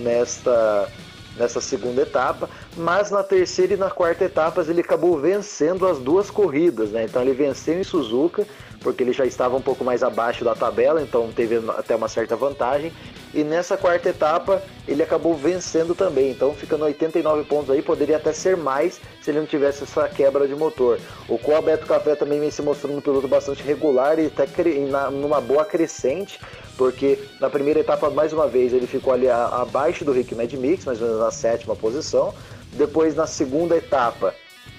nesta, nessa segunda etapa, mas na terceira e na quarta etapas ele acabou vencendo as duas corridas, né? Então ele venceu em Suzuka, porque ele já estava um pouco mais abaixo da tabela, então teve até uma certa vantagem. E nessa quarta etapa ele acabou vencendo também, então ficando oitenta e nove pontos aí, poderia até ser mais se ele não tivesse essa quebra de motor. O Koa Beto Café também vem se mostrando um piloto bastante regular e até numa boa crescente, porque na primeira etapa, mais uma vez, ele ficou ali abaixo do Rick Mad Mix, mais ou menos na sétima posição. Depois, na segunda etapa,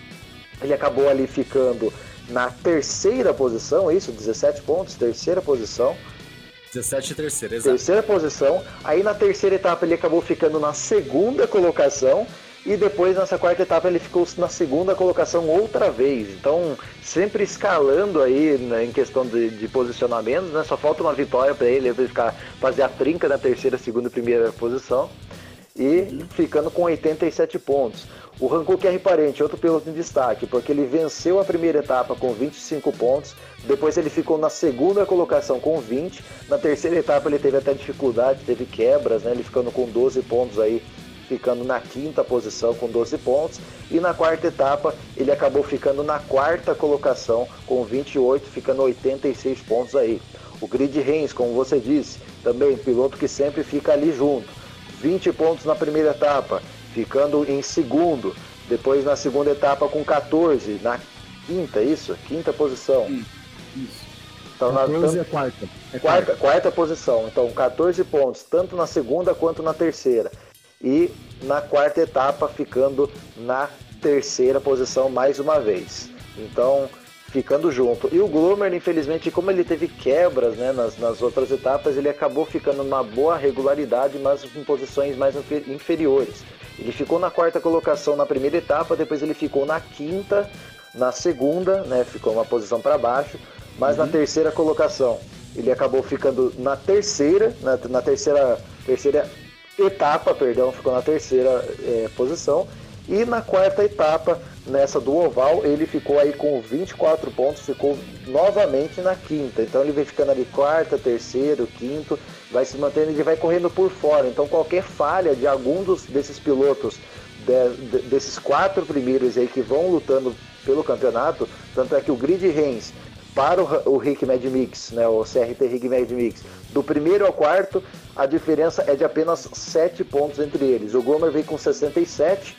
ele acabou ali ficando na terceira posição, isso, dezessete pontos, terceira posição. dezessete e terceira, exato. Terceira posição. Aí na terceira etapa ele acabou ficando na segunda colocação. E depois nessa quarta etapa ele ficou na segunda colocação outra vez. Então sempre escalando aí, né, em questão de, de posicionamentos, né? Só falta uma vitória para ele, ele ficar, fazer a trinca na terceira, segunda e primeira posição. E ficando com oitenta e sete pontos. O Hankook R Parente, outro piloto em destaque, porque ele venceu a primeira etapa com vinte e cinco pontos, depois ele ficou na segunda colocação com vinte, na terceira etapa ele teve até dificuldade, teve quebras, né? Ele ficando com doze pontos aí, ficando na quinta posição com doze pontos, e na quarta etapa ele acabou ficando na quarta colocação com vinte e oito, ficando oitenta e seis pontos aí. O Grid Hens, como você disse, também piloto que sempre fica ali junto, vinte pontos na primeira etapa, ficando em segundo, depois na segunda etapa com quatorze, na quinta, isso? Quinta posição. Isso. Então, quatorze na, é quarta. É quarta, quarta. quarta posição, então quatorze pontos, tanto na segunda quanto na terceira. E na quarta etapa ficando na terceira posição mais uma vez. Então, ficando junto. E o Glomer, infelizmente, como ele teve quebras, né, nas, nas outras etapas, ele acabou ficando numa boa regularidade, mas em posições mais inferiores. Ele ficou na quarta colocação na primeira etapa, depois ele ficou na quinta, na segunda, né, ficou uma posição para baixo, mas uhum. na terceira colocação ele acabou ficando na terceira, na, na terceira, terceira etapa, perdão, ficou na terceira é, posição. E na quarta etapa, nessa do oval, ele ficou aí com vinte e quatro pontos, ficou novamente na quinta. Então ele vem ficando ali quarta, terceiro, quinto, vai se mantendo, ele vai correndo por fora. Então qualquer falha de algum dos, desses pilotos, de, de, desses quatro primeiros aí que vão lutando pelo campeonato, tanto é que o Grid Hens para o, o Rick Mad Mix, né, o C R T Rick Mad Mix, do primeiro ao quarto, a diferença é de apenas sete pontos entre eles. O Glomer veio com sessenta e sete,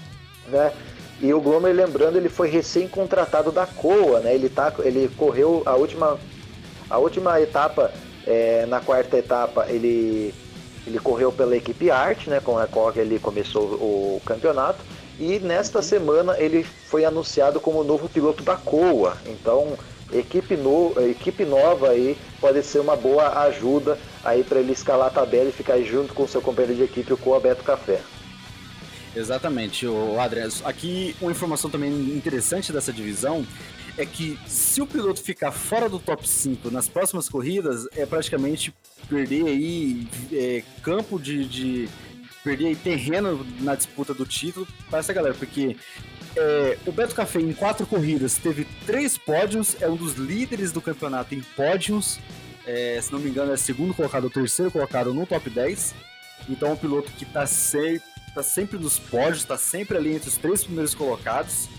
né? E o Glomer, lembrando, ele foi recém-contratado da Koa, né? Ele, tá, ele correu a última, a última etapa, é, na quarta etapa, ele, ele correu pela equipe Art, né? Com a qual ele começou o campeonato. E nesta semana ele foi anunciado como novo piloto da Koa. Então equipe, no, equipe nova aí pode ser uma boa ajuda aí para ele escalar a tabela e ficar junto com o seu companheiro de equipe, o Coa Beto Café. Exatamente, o Adriano. Aqui uma informação também interessante dessa divisão é que se o piloto ficar fora do top cinco nas próximas corridas, é praticamente perder aí é, campo de, de... perder aí terreno na disputa do título para essa galera, porque é, o Beto Café em quatro corridas teve três pódios, é um dos líderes do campeonato em pódios, é, se não me engano é segundo colocado ou terceiro colocado no top dez, então é um piloto que está sempre, tá sempre nos pódios, está sempre ali entre os três primeiros colocados.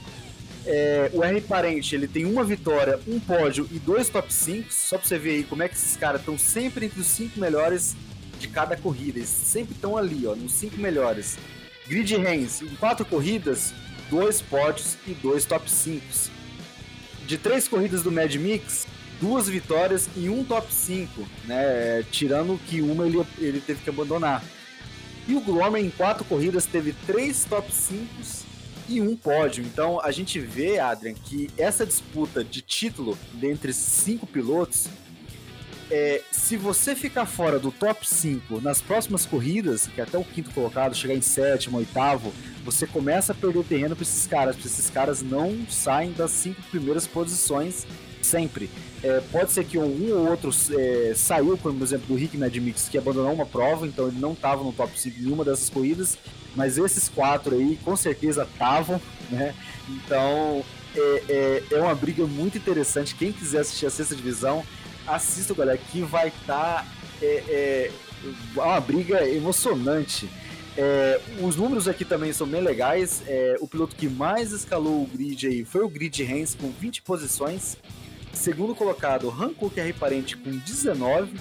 É, o R Parente, ele tem uma vitória, um pódio e dois top cinco, só pra você ver aí como é que esses caras estão sempre entre os cinco melhores de cada corrida, eles sempre estão ali, ó, nos cinco melhores. Grid Hens, em quatro corridas, dois pódios e dois top cinco. De três corridas do Mad Mix, duas vitórias e um top cinco, né, tirando que uma ele, ele teve que abandonar. E o Glomer, em quatro corridas, teve três top cinco e um pódio. Então a gente vê, Adrian, que essa disputa de título dentre cinco pilotos, é, se você ficar fora do top cinco nas próximas corridas, que até o quinto colocado, chegar em sétimo, oitavo, você começa a perder terreno para esses caras, porque esses caras não saem das cinco primeiras posições sempre. É, pode ser que um ou outro é, saiu, como por exemplo do Rick Mad Mix, que abandonou uma prova, então ele não estava no top cinco em nenhuma dessas corridas, mas esses quatro aí com certeza estavam, né? Então é, é, é uma briga muito interessante. Quem quiser assistir a sexta divisão, assista, galera, que vai estar tá, é, é, uma briga emocionante. É, os números aqui também são bem legais. É, o piloto que mais escalou o grid aí foi o Grid Hens com vinte posições. Segundo colocado, Hankook R Parente com dezenove.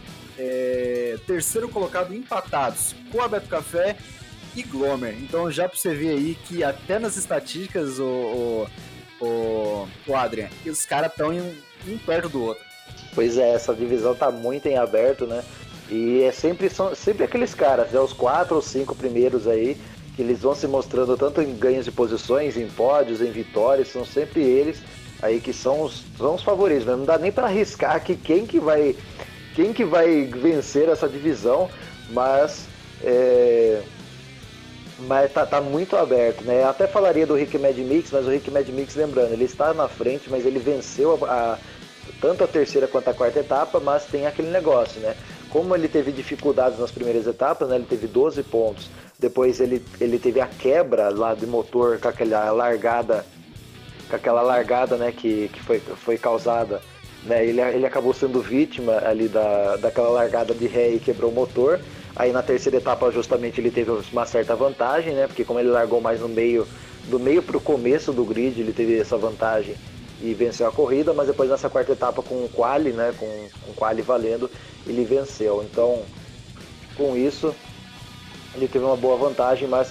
É, terceiro colocado, empatados, Coa Beto Café e Glomer. Então já pra você ver aí que até nas estatísticas, o, o, o, o Adrian, os caras estão um, um perto do outro. Pois é, essa divisão tá muito em aberto, né? E é sempre, são sempre aqueles caras, né? Os quatro ou cinco primeiros aí, que eles vão se mostrando tanto em ganhos de posições, em pódios, em vitórias, são sempre eles aí que são os, são os favoritos, né? Não dá nem para arriscar que quem que vai quem que vai vencer essa divisão, mas é, mas tá, tá muito aberto, né? Eu até falaria do Rick Mad Mix, mas o Rick Mad Mix, lembrando, ele está na frente, mas ele venceu a, a, tanto a terceira quanto a quarta etapa, mas tem aquele negócio, né? Como ele teve dificuldades nas primeiras etapas, né? Ele teve doze pontos, depois ele, ele teve a quebra lá de motor com aquela largada, com aquela largada, né, que, que foi, foi causada, né? Ele, ele acabou sendo vítima ali da, daquela largada de ré e quebrou o motor. Aí na terceira etapa justamente ele teve uma certa vantagem, né? Porque como ele largou mais no meio, do meio para o começo do grid, ele teve essa vantagem e venceu a corrida, mas depois nessa quarta etapa com o quali, né? Com, com o quali valendo, ele venceu. Então, com isso, ele teve uma boa vantagem, mas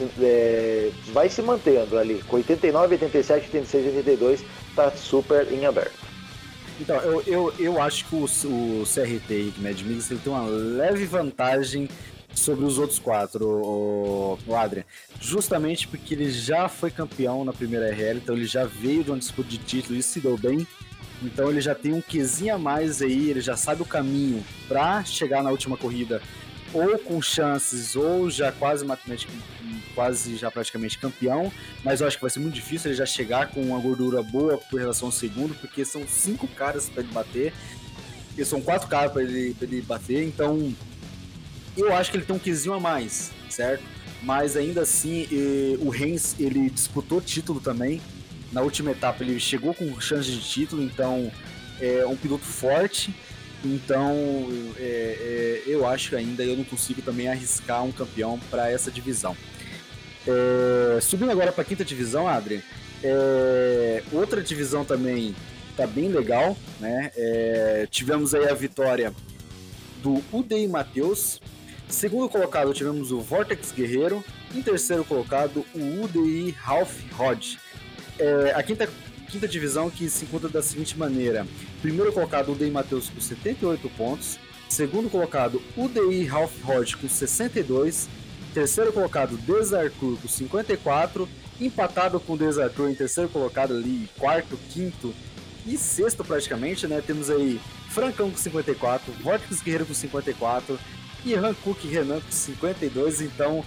é, vai se mantendo ali. Com oitenta e nove, oitenta e sete, oitenta e seis, oitenta e dois, tá super em aberto. Então, eu, eu, eu acho que o, o C R T e o Mad Mix ele tem uma leve vantagem sobre os outros quatro, o, o Adrian. Justamente porque ele já foi campeão na primeira R L, então ele já veio de uma disputa de título e se deu bem. Então ele já tem um quezinho a mais aí, ele já sabe o caminho para chegar na última corrida ou com chances, ou já quase quase já praticamente campeão, mas eu acho que vai ser muito difícil ele já chegar com uma gordura boa por relação ao segundo, porque são cinco caras para ele bater, e são quatro caras para ele, pra ele bater, então eu acho que ele tem um quesinho a mais, certo? Mas ainda assim, eh, o Hens, ele disputou título também, na última etapa ele chegou com chance de título, então é um piloto forte. Então, é, é, eu acho que ainda eu não consigo também arriscar um campeão para essa divisão. É, subindo agora para a quinta divisão, Adri, é, outra divisão também tá bem legal, né? É, tivemos aí a vitória do U D I Matheus. Segundo colocado tivemos o Vortex Guerreiro. Em terceiro colocado o U D I Ralph Rod. É, a quinta Quinta divisão que se encontra da seguinte maneira: primeiro colocado, U D I Matheus com setenta e oito pontos. Segundo colocado, U D I Ralph Rod com sessenta e dois. Terceiro colocado, Desartur com cinquenta e quatro. Empatado com o Desartur em terceiro colocado ali, quarto, quinto, E sexto, praticamente, né, temos aí Francão com cinquenta e quatro, Vortex Guerreiro com cinquenta e quatro e Hankook Renan com cinquenta e dois. Então,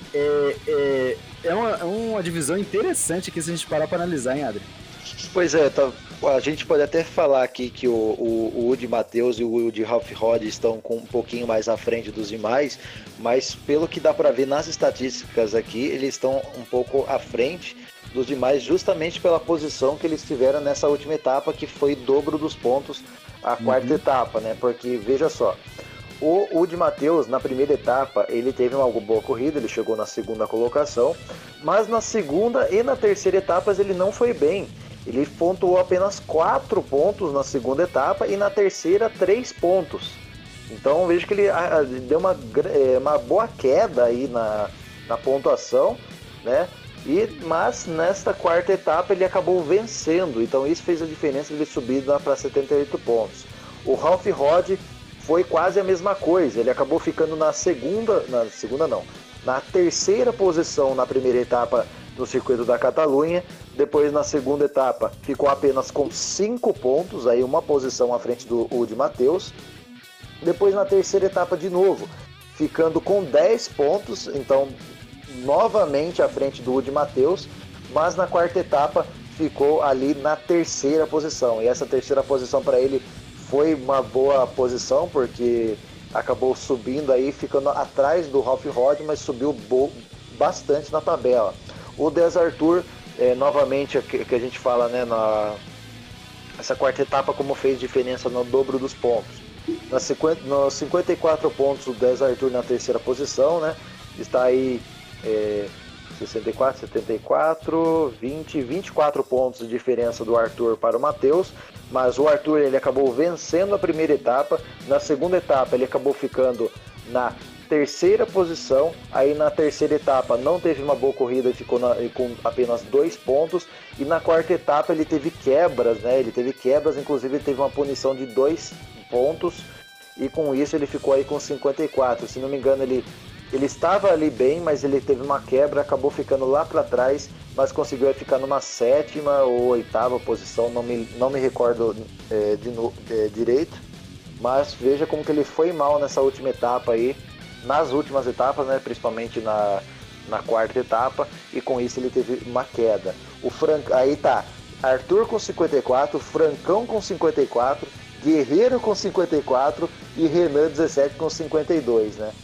é, é, é, uma, é uma divisão interessante aqui se a gente parar para analisar, hein, Adri? Pois é, tá, a gente pode até falar aqui que o, o, o Woody Matheus e o Woody Ralph Rod estão com um pouquinho mais à frente dos demais, mas pelo que dá para ver nas estatísticas aqui, eles estão um pouco à frente dos demais justamente pela posição que eles tiveram nessa última etapa, que foi o dobro dos pontos a quarta uhum. etapa, né? Porque, veja só, o Woody Matheus, na primeira etapa, ele teve uma boa corrida, ele chegou na segunda colocação, mas na segunda e na terceira etapas ele não foi bem. Ele pontuou apenas quatro pontos na segunda etapa e na terceira três pontos. Então vejo que ele deu uma, uma boa queda aí na, na pontuação, né? E, mas nesta quarta etapa ele acabou vencendo, então isso fez a diferença de ele subir para setenta e oito pontos. O Ralph Rod foi quase a mesma coisa, ele acabou ficando na segunda, na segunda não, na terceira posição na primeira etapa no circuito da Catalunha. Depois, na segunda etapa, ficou apenas com cinco pontos, aí uma posição à frente do Woody Matheus. Depois, na terceira etapa, de novo, ficando com dez pontos, então novamente à frente do Woody Matheus, mas na quarta etapa ficou ali na terceira posição. E essa terceira posição para ele foi uma boa posição, porque acabou subindo aí, ficando atrás do Ralph Rod, mas subiu bastante na tabela. O Des Arthur, é, novamente, que, que a gente fala, né, na essa quarta etapa, como fez diferença no dobro dos pontos. Nas cinquenta, nos cinquenta e quatro pontos, o Des Arthur na terceira posição, né, está aí é, sessenta e quatro, setenta e quatro, vinte, vinte e quatro pontos de diferença do Arthur para o Matheus, mas o Arthur ele acabou vencendo a primeira etapa. Na segunda etapa ele acabou ficando na terceira posição, aí na terceira etapa não teve uma boa corrida e ficou na, com apenas dois pontos, e na quarta etapa ele teve quebras, né? Ele teve quebras, inclusive ele teve uma punição de dois pontos, e com isso ele ficou aí com cinquenta e quatro. Se não me engano, ele, ele estava ali bem, mas ele teve uma quebra, acabou ficando lá para trás, mas conseguiu ficar numa sétima ou oitava posição, não me, não me recordo é, de, é, direito, mas veja como que ele foi mal nessa última etapa aí, nas últimas etapas, né, principalmente na, na quarta etapa, e com isso ele teve uma queda. O Fran... Aí tá, Arthur com cinquenta e quatro, Francão com cinquenta e quatro, Guerreiro com cinquenta e quatro e Renan dezessete com cinquenta e dois, né?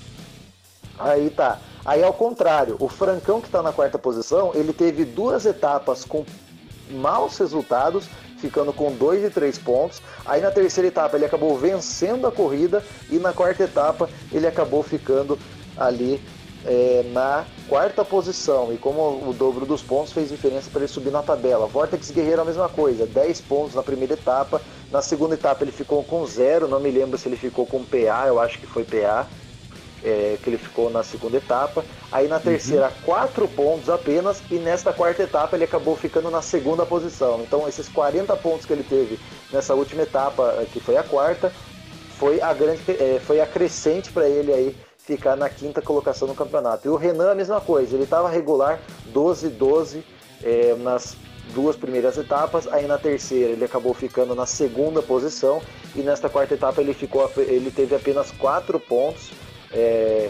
Aí tá, aí ao contrário, o Francão, que está na quarta posição, ele teve duas etapas com maus resultados, ficando com dois e três pontos. Aí na terceira etapa ele acabou vencendo a corrida, e na quarta etapa ele acabou ficando ali é, na quarta posição, e como o dobro dos pontos fez diferença para ele subir na tabela. Vortex Guerreiro a mesma coisa, dez pontos na primeira etapa. Na segunda etapa ele ficou com zero, não me lembro se ele ficou com P A, eu acho que foi P A, é, que ele ficou na segunda etapa. Aí na terceira, uhum. quatro pontos apenas, e nesta quarta etapa ele acabou ficando na segunda posição. Então esses quarenta pontos que ele teve nessa última etapa, que foi a quarta, foi a grande, é, foi a crescente para ele aí ficar na quinta colocação no campeonato. E o Renan a mesma coisa, ele estava regular doze doze é, nas duas primeiras etapas. Aí na terceira ele acabou ficando na segunda posição, e nesta quarta etapa ele, ficou, ele teve apenas quatro pontos, É,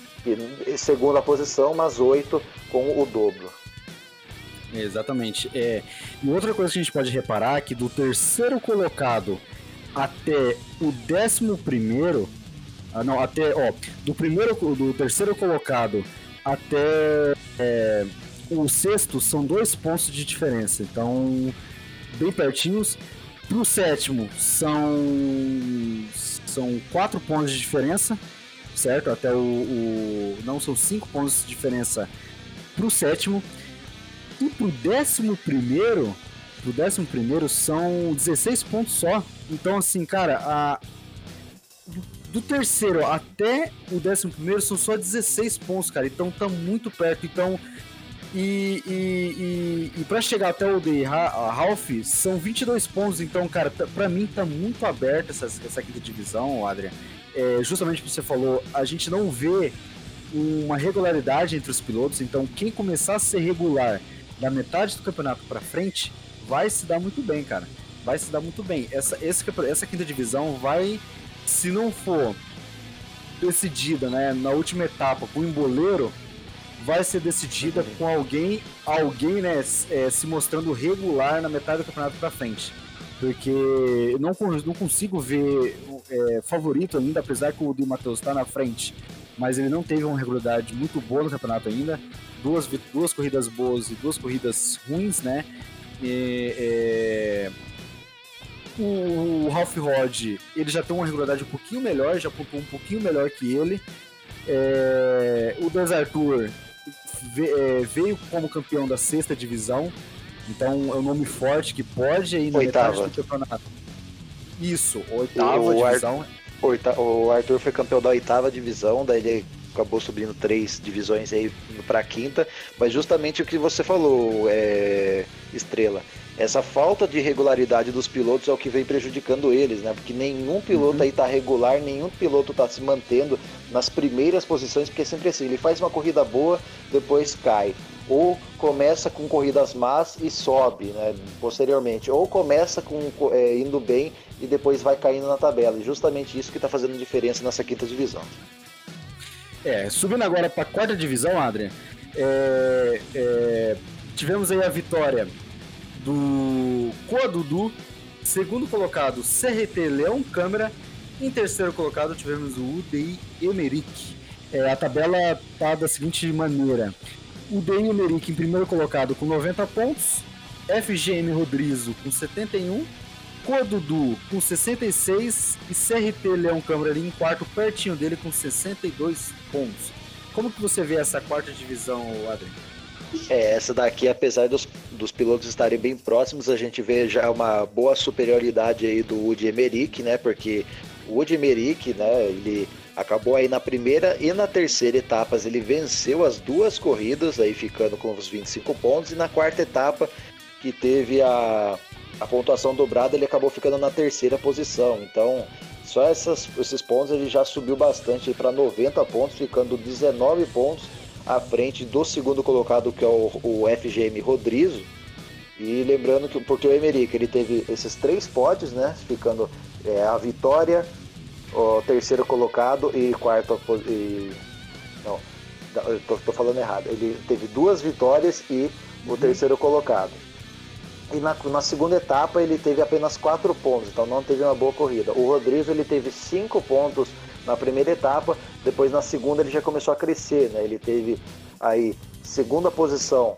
segunda posição, mas oito com o dobro. Exatamente. É, e outra coisa que a gente pode reparar é que do terceiro colocado até o décimo primeiro, ah, não, até, ó, do primeiro, do terceiro colocado até é, o sexto são dois pontos de diferença, então bem pertinhos. Pro sétimo são são quatro pontos de diferença, certo? Até o, o... não, são cinco pontos de diferença pro sétimo. E pro décimo primeiro, pro décimo primeiro são dezesseis pontos só. Então, assim, cara, a... do, do terceiro até o décimo primeiro são só dezesseis pontos, cara. Então tá muito perto. Então, e, e, e, e pra chegar até o de Ralph são vinte e dois pontos. Então, cara, pra mim tá muito aberta essa, essa quinta divisão, Adrian. É, justamente como você falou, a gente não vê uma regularidade entre os pilotos, então quem começar a ser regular da metade do campeonato para frente vai se dar muito bem, cara. vai se dar muito bem. Essa, esse, essa quinta divisão vai, se não for decidida, né, na última etapa com o emboleiro, vai ser decidida uhum. com alguém, alguém né, é, se mostrando regular na metade do campeonato pra frente. Porque eu não, não consigo ver é, favorito ainda, apesar que o Di Matheus está na frente, mas ele não teve uma regularidade muito boa no campeonato ainda. Duas, duas corridas boas e duas corridas ruins, né? E, é... O, o Ralph Rod, ele já tem uma regularidade um pouquinho melhor, já pontuou um pouquinho melhor que ele. É... O Des Arthur veio como campeão da sexta divisão, então é um nome forte que pode ir na metade do campeonato. Isso, oitava o divisão. Ar... O Arthur foi campeão da oitava divisão, daí ele acabou subindo três divisões aí para a quinta, mas justamente o que você falou, é... Estrela, essa falta de regularidade dos pilotos é o que vem prejudicando eles, né? Porque nenhum piloto uhum. aí tá regular, nenhum piloto tá se mantendo nas primeiras posições, porque é sempre assim, ele faz uma corrida boa, depois cai. Ou começa com corridas más e sobe, né, posteriormente. Ou começa com, é, indo bem e depois vai caindo na tabela. E justamente isso que está fazendo diferença nessa quinta divisão. É, subindo agora para a quarta divisão, Adrian, é, é, tivemos aí a vitória do Coadudu, segundo colocado C R T Leão Câmara, em terceiro colocado tivemos o U D I Emerick. É, a tabela está da seguinte maneira: U D I Emerick em primeiro colocado com noventa pontos, F G M Rodrigo com setenta e um, Coadudu com sessenta e seis e C R T Leão Câmara ali em quarto, pertinho dele com sessenta e dois pontos. Como que você vê essa quarta divisão, Adriano? É, essa daqui, apesar dos, dos pilotos estarem bem próximos, a gente vê já uma boa superioridade aí do Woody Emerick, né? Porque o Woody Emerick, né, ele acabou aí na primeira e na terceira etapas, ele venceu as duas corridas, aí ficando com os vinte e cinco pontos, e na quarta etapa, que teve a, a pontuação dobrada, ele acabou ficando na terceira posição. Então, só essas, esses pontos ele já subiu bastante para noventa pontos, ficando dezenove pontos à frente do segundo colocado, que é o, o F G M Rodrigo. E lembrando que porque o Emerick ele teve esses três pódios, né, ficando é, a vitória, o terceiro colocado e quarto e, não, eu tô, tô falando errado, ele teve duas vitórias e o uhum. terceiro colocado. E na, na segunda etapa ele teve apenas quatro pontos, então não teve uma boa corrida. O Rodrigo ele teve cinco pontos na primeira etapa, depois na segunda ele já começou a crescer, né? Ele teve aí segunda posição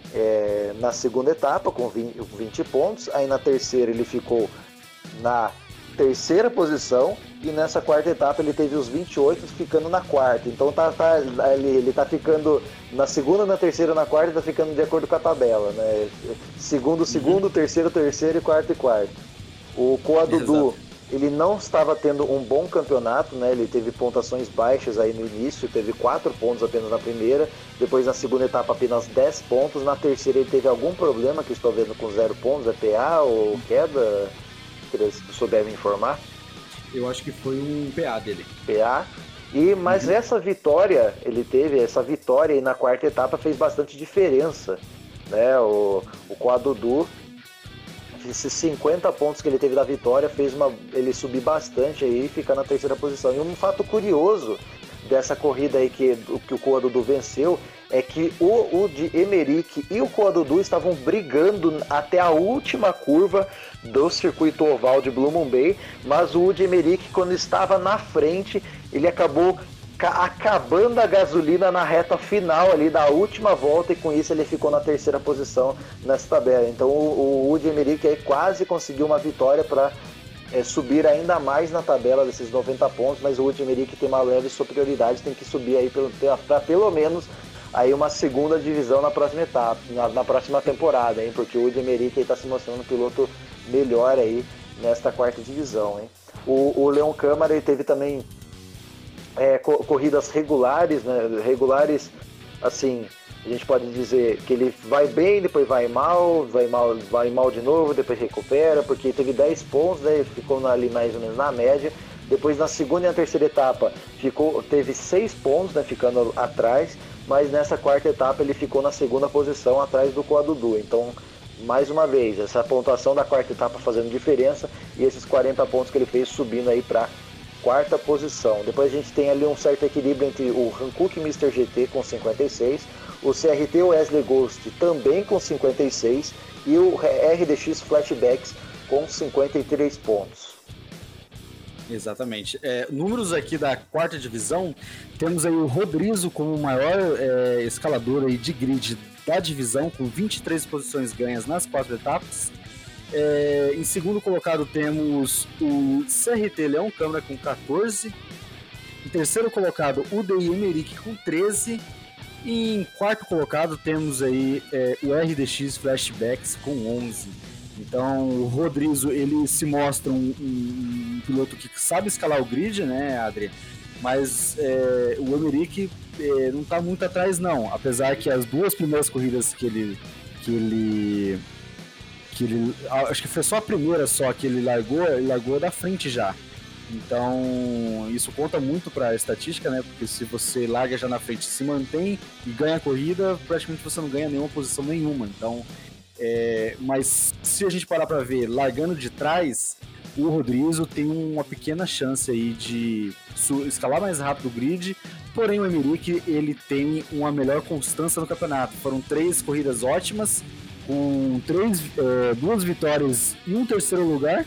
é, na segunda etapa com vinte, vinte pontos, aí na terceira ele ficou na terceira posição e nessa quarta etapa ele teve os vinte e oito, ficando na quarta. Então tá, tá, ele, ele tá ficando na segunda, na terceira, na quarta, tá ficando de acordo com a tabela, né? Segundo, segundo, uhum. terceiro, terceiro e quarto e quarto. O Coadudu, Exato. ele não estava tendo um bom campeonato, né? Ele teve pontuações baixas aí no início, teve quatro pontos apenas na primeira, depois na segunda etapa apenas dez pontos, na terceira ele teve algum problema que eu estou vendo com zero pontos, é P A ou queda? Se souber me informar. Eu acho que foi um P A dele. P A. E, mas uhum. essa vitória, ele teve, essa vitória aí na quarta etapa fez bastante diferença, né? O, o Coadudu, esses cinquenta pontos que ele teve da vitória, fez uma, ele subir bastante aí e ficar na terceira posição. E um fato curioso dessa corrida aí que, que o Coadudu venceu é que o, o de Emerick e o Coadudu estavam brigando até a última curva do circuito oval de Blue Moon Bay, mas o de Emerick, quando estava na frente, ele acabou ca- acabando a gasolina na reta final ali da última volta, e com isso ele ficou na terceira posição nessa tabela. Então o, o de Emerick aí quase conseguiu uma vitória para é, subir ainda mais na tabela desses noventa pontos, mas o Woody Emerick tem uma leve superioridade, tem que subir aí para pelo menos aí uma segunda divisão na próxima etapa, na, na próxima temporada, hein? Porque o Woody Emerick está se mostrando um piloto melhor aí nesta quarta divisão, hein? O, o Leão Câmara ele teve também é, co- corridas regulares, né? Regulares, assim, a gente pode dizer que ele vai bem, depois vai mal, vai mal, vai mal de novo, depois recupera, porque teve dez pontos, né? Ficou ali mais ou menos na média. Depois na segunda e na terceira etapa ficou, teve seis pontos, né? Ficando atrás. Mas nessa quarta etapa ele ficou na segunda posição, atrás do Coadudu. Então mais uma vez, essa pontuação da quarta etapa fazendo diferença e esses quarenta pontos que ele fez subindo aí para quarta posição. Depois a gente tem ali um certo equilíbrio entre o Hankook mister G T com cinquenta e seis, o C R T Wesley Ghost também com cinquenta e seis e o R D X Flashbacks com cinquenta e três pontos. Exatamente. É, números aqui da quarta divisão, temos aí o Rodrigo como o maior é, escalador aí de grid da divisão, com vinte e três posições ganhas nas quatro etapas. É, em segundo colocado temos o C R T Leão Câmara com quatorze. Em terceiro colocado, o D I Emerick com treze. E em quarto colocado temos aí é, o R D X Flashbacks com onze. Então o Rodrigo, ele se mostra um, um, um piloto que sabe escalar o grid, né, Adri? Mas é, o Emerick é, não está muito atrás não, apesar que as duas primeiras corridas que ele, que ele, que ele, acho que foi só a primeira só que ele largou, ele largou da frente já. Então isso conta muito para a estatística, né? Porque se você larga já na frente, se mantém e ganha a corrida, praticamente você não ganha nenhuma posição nenhuma. Então É, mas se a gente parar para ver, largando de trás, o Rodrigo tem uma pequena chance aí de escalar mais rápido o grid, porém o Emerick, ele tem uma melhor constância no campeonato. Foram três corridas ótimas, com três, é, duas vitórias e um terceiro lugar,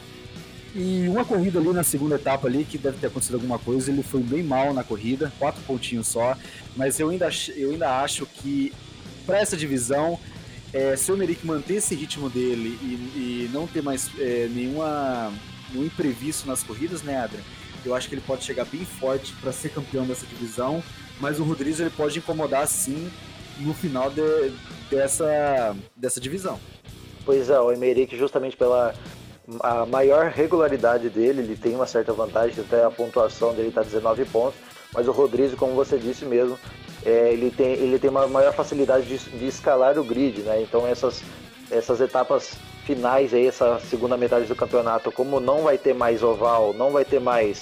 e uma corrida ali na segunda etapa ali, que deve ter acontecido alguma coisa, ele foi bem mal na corrida, quatro pontinhos só, mas eu ainda, eu ainda acho que para essa divisão, É, se o Emerick manter esse ritmo dele e, e não ter mais é, nenhuma, nenhum imprevisto nas corridas, né, Adrian? Eu acho que ele pode chegar bem forte para ser campeão dessa divisão, mas o Rodrigo ele pode incomodar sim no final de, dessa, dessa divisão. Pois é, o Emerick, justamente pela a maior regularidade dele, ele tem uma certa vantagem, até a pontuação dele está dezenove pontos, mas o Rodrigo, como você disse mesmo, É, ele, tem, ele tem uma maior facilidade de, de escalar o grid, né? Então essas, essas etapas finais aí, essa segunda metade do campeonato, como não vai ter mais oval, não vai ter mais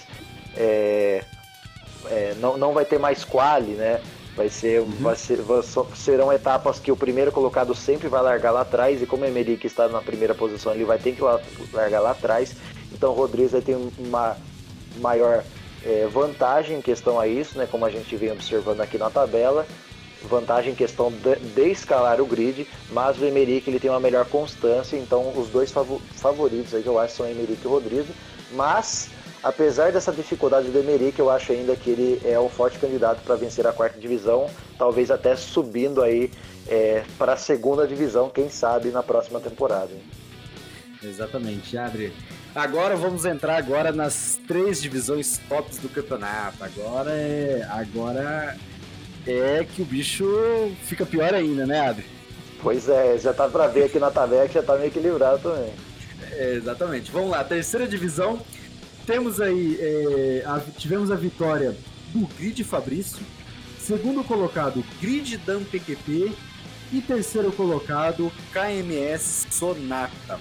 é, é, não, não vai ter mais quali, né? Vai ser, uhum. vai ser, serão etapas que o primeiro colocado sempre vai largar lá atrás, e como o Emerick está na primeira posição, ele vai ter que largar lá atrás. Então o Rodrigo vai ter uma maior É, vantagem em questão a isso, né, como a gente vem observando aqui na tabela, vantagem em questão de, de escalar o grid, mas o Emerick ele tem uma melhor constância, então os dois fav- favoritos aí que eu acho são Emerick e Rodrigo, mas apesar dessa dificuldade do Emerick, eu acho ainda que ele é um forte candidato para vencer a quarta divisão, talvez até subindo aí é, para a segunda divisão, quem sabe na próxima temporada. Hein? Exatamente, Adri. Agora vamos entrar agora nas três divisões tops do campeonato. Agora é, agora é que o bicho fica pior ainda, né, Adri? Pois é, já tá pra ver aqui na tabela que já tá meio equilibrado também. É, exatamente. Vamos lá, terceira divisão. Temos aí, é, a, tivemos a vitória do Grid Fabrício. Segundo colocado, Grid Dan P Q P. E terceiro colocado, K M S Sonata.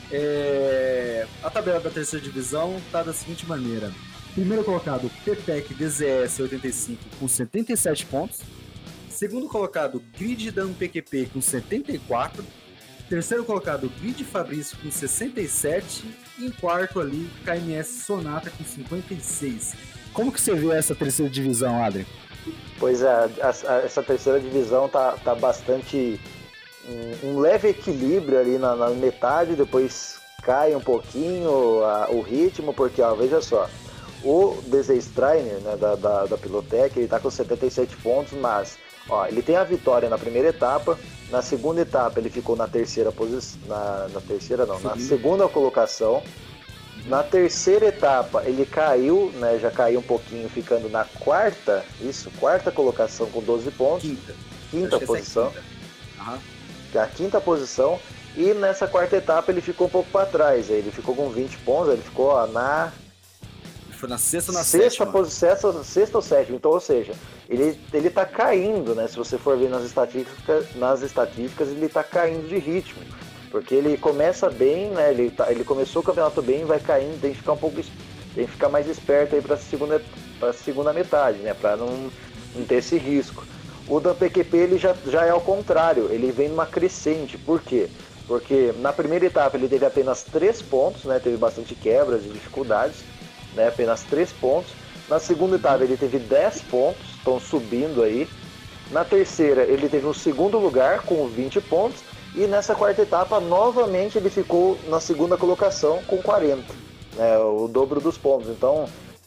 É, a tabela da terceira divisão está da seguinte maneira: primeiro colocado, P P E C D Z S oitenta e cinco com setenta e sete pontos, segundo colocado, Grid Dan P Q P com setenta e quatro, terceiro colocado, Grid Fabrício com sessenta e sete e em quarto ali, K M S Sonata com cinquenta e seis. Como que você vê essa terceira divisão, Adri? Pois é, a, a, essa terceira divisão tá, tá bastante um, um leve equilíbrio ali na, na metade, depois cai um pouquinho a, o ritmo, porque ó, veja só, o D Z Strainer, né, da, da, da Pilotec, ele tá com setenta e sete pontos, mas ó, ele tem a vitória na primeira etapa, na segunda etapa ele ficou na terceira posição, na, na terceira não, na segunda colocação. Na terceira etapa ele caiu, né, já caiu um pouquinho, ficando na quarta, isso, quarta colocação com doze pontos. Quinta. Quinta posição. É quinta. Uhum. A quinta posição. E nessa quarta etapa ele ficou um pouco para trás, ele ficou com vinte pontos, ele ficou ó, na... Foi na sexta ou na sexta sétima? Posição, sexta ou sétima, então, ou seja, ele, ele tá caindo, né, se você for ver nas estatísticas, nas estatísticas ele tá caindo de ritmo. Porque ele começa bem, né? Ele, tá, ele começou o campeonato bem, vai caindo, tem que ficar um pouco, tem que ficar mais esperto aí para a segunda, para segunda metade, né? Para não, não ter esse risco. O da P Q P ele já, já é ao contrário, ele vem numa crescente. Por quê? porque na primeira etapa ele teve apenas três pontos, né? Teve bastante quebras e dificuldades, né? Apenas três pontos. Na segunda etapa ele teve dez pontos, estão subindo aí. Na terceira ele teve um segundo lugar com vinte pontos. E nessa quarta etapa, novamente, ele ficou na segunda colocação com quarenta, né? O dobro dos pontos. Então,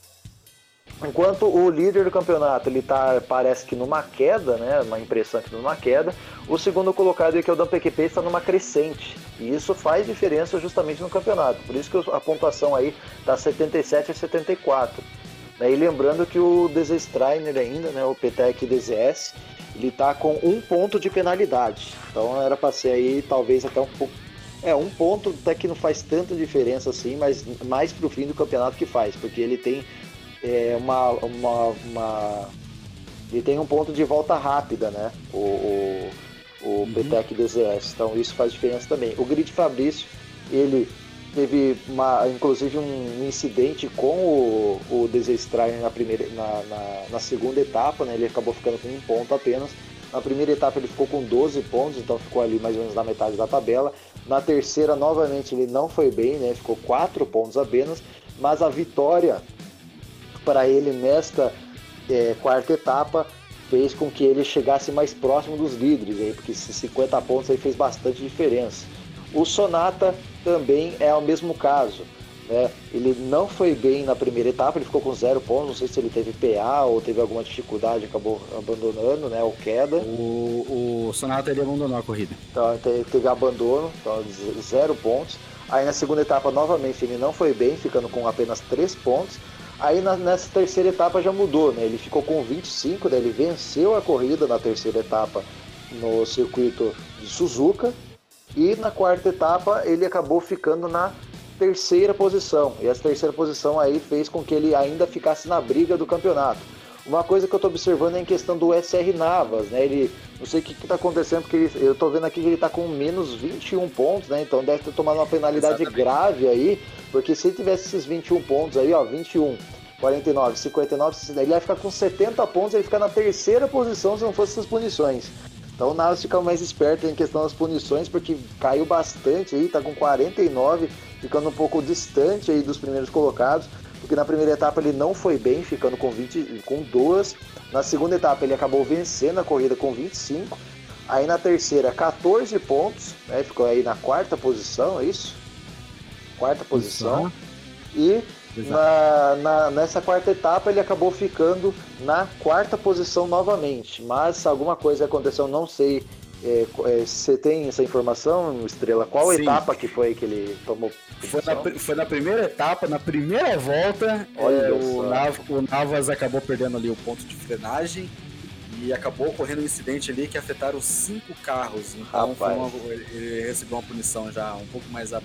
enquanto o líder do campeonato ele tá, parece que numa queda, né? Uma impressão que numa queda, o segundo colocado, que é o Dan P Q P, está numa crescente. E isso faz diferença justamente no campeonato. Por isso que a pontuação aí está setenta e sete a setenta e quatro. E lembrando que o D Z Strainer ainda, né? O P T E C D Z S, ele tá com um ponto de penalidade. Então era para ser aí talvez até um pouco. É, um ponto até que não faz tanta diferença assim, mas mais pro fim do campeonato que faz, porque ele tem é, uma, uma, uma. Ele tem um ponto de volta rápida, né? O, o, o uhum. P T E C D Z S. Então isso faz diferença também. O Grid Fabrício, ele teve uma, inclusive um incidente com o, o D Z Strainer na, primeira, na, na, na segunda etapa, né? Ele acabou ficando com um ponto apenas. Na primeira etapa ele ficou com doze pontos, então ficou ali mais ou menos na metade da tabela. Na terceira, novamente, ele não foi bem, né? Ficou quatro pontos apenas, mas a vitória para ele nesta é, quarta etapa fez com que ele chegasse mais próximo dos líderes, aí, porque esses cinquenta pontos aí fez bastante diferença. O Sonata também é o mesmo caso, né? Ele não foi bem na primeira etapa, ele ficou com zero pontos, não sei se ele teve P A ou teve alguma dificuldade, acabou abandonando, né, ou queda. O, o Sonata ele abandonou a corrida. Então teve, teve abandono, então zero pontos. Aí na segunda etapa novamente ele não foi bem, ficando com apenas três pontos. Aí na, nessa terceira etapa já mudou, né? Ele ficou com vinte e cinco, né? Ele venceu a corrida na terceira etapa no circuito de Suzuka. E na quarta etapa ele acabou ficando na terceira posição. E essa terceira posição aí fez com que ele ainda ficasse na briga do campeonato. Uma coisa que eu estou observando é em questão do S R Navas, né? Ele, não sei o que está acontecendo, porque ele, eu estou vendo aqui que ele está com menos vinte e um pontos, né? Então deve ter tomado uma penalidade Exatamente. grave aí, porque se ele tivesse esses vinte e um pontos aí, ó, vinte e um, quarenta e nove, cinquenta e nove, ele vai ficar com setenta pontos, ele fica na terceira posição se não fosse essas punições. Então o Navas fica mais esperto em questão das punições, porque caiu bastante aí, tá com quarenta e nove, ficando um pouco distante aí dos primeiros colocados, porque na primeira etapa ele não foi bem, ficando com, vinte, com duas, na segunda etapa ele acabou vencendo a corrida com vinte e cinco, aí na terceira quatorze pontos, né, ficou aí na quarta posição, é isso? Quarta posição, e na, na, nessa quarta etapa ele acabou ficando na quarta posição novamente, mas alguma coisa aconteceu, não sei é, é, se você tem essa informação, Estrela, qual Sim. etapa que foi que ele tomou? Foi na, foi na primeira etapa, na primeira volta, é, o, Nav, o Navas acabou perdendo ali o ponto de frenagem e acabou ocorrendo um incidente ali que afetaram cinco carros, então foi uma, ele recebeu uma punição já um pouco mais, a, a,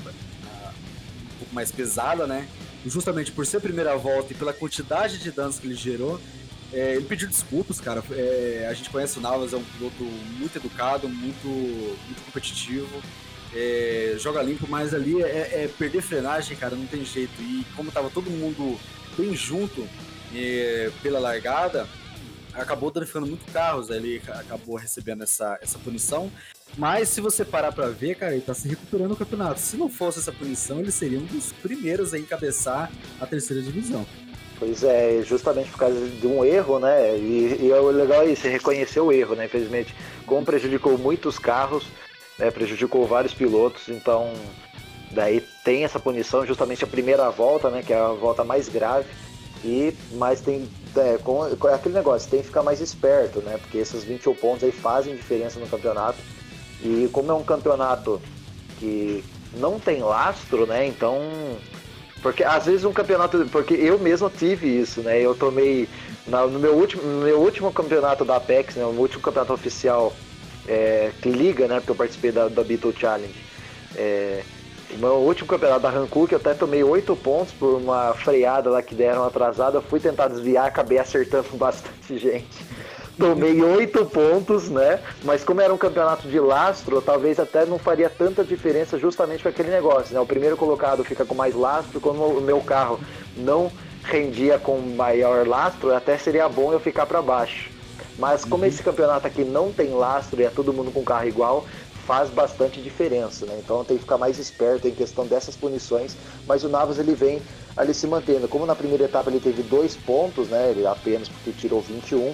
um pouco mais pesada, né? Justamente por ser a primeira volta e pela quantidade de danos que ele gerou, é, ele pediu desculpas, cara. É, a gente conhece o Navas, é um piloto muito educado, muito, muito competitivo, é, joga limpo, mas ali é, é perder frenagem, cara, não tem jeito. E como tava todo mundo bem junto é, pela largada, acabou danificando muito carros, aí ele acabou recebendo essa, essa punição. Mas se você parar pra ver, cara, ele tá se recuperando no campeonato. Se não fosse essa punição, ele seria um dos primeiros a encabeçar a terceira divisão. Pois é, justamente por causa de um erro, né? E, e o legal é isso, você reconheceu o erro, né? Infelizmente, como prejudicou muitos carros, né? Prejudicou vários pilotos, então daí tem essa punição, justamente a primeira volta, né? Que é a volta mais grave. E, mas tem, é, com, com aquele negócio, tem que ficar mais esperto, né? Porque esses vinte e um pontos aí fazem diferença no campeonato. E como é um campeonato que não tem lastro, né? Então, porque às vezes um campeonato, porque eu mesmo tive isso, né? Eu tomei na, no meu último, no meu último campeonato da Apex, né? O meu último campeonato oficial é, que liga, né? Porque eu participei da, da Beetle Challenge. É, no meu último campeonato da Hankook, eu até tomei oito pontos por uma freada lá que deram atrasada. Eu fui tentar desviar, acabei acertando bastante gente. Tomei oito pontos, né? Mas como era um campeonato de lastro, talvez até não faria tanta diferença justamente com aquele negócio, né? O primeiro colocado fica com mais lastro, quando o meu carro não rendia com maior lastro, até seria bom eu ficar para baixo. Mas como uhum. esse campeonato aqui não tem lastro e é todo mundo com carro igual, faz bastante diferença, né? Então tem que ficar mais esperto em questão dessas punições, mas o Navas ele vem ali se mantendo. Como na primeira etapa ele teve dois pontos, né? Ele apenas porque tirou vinte e um,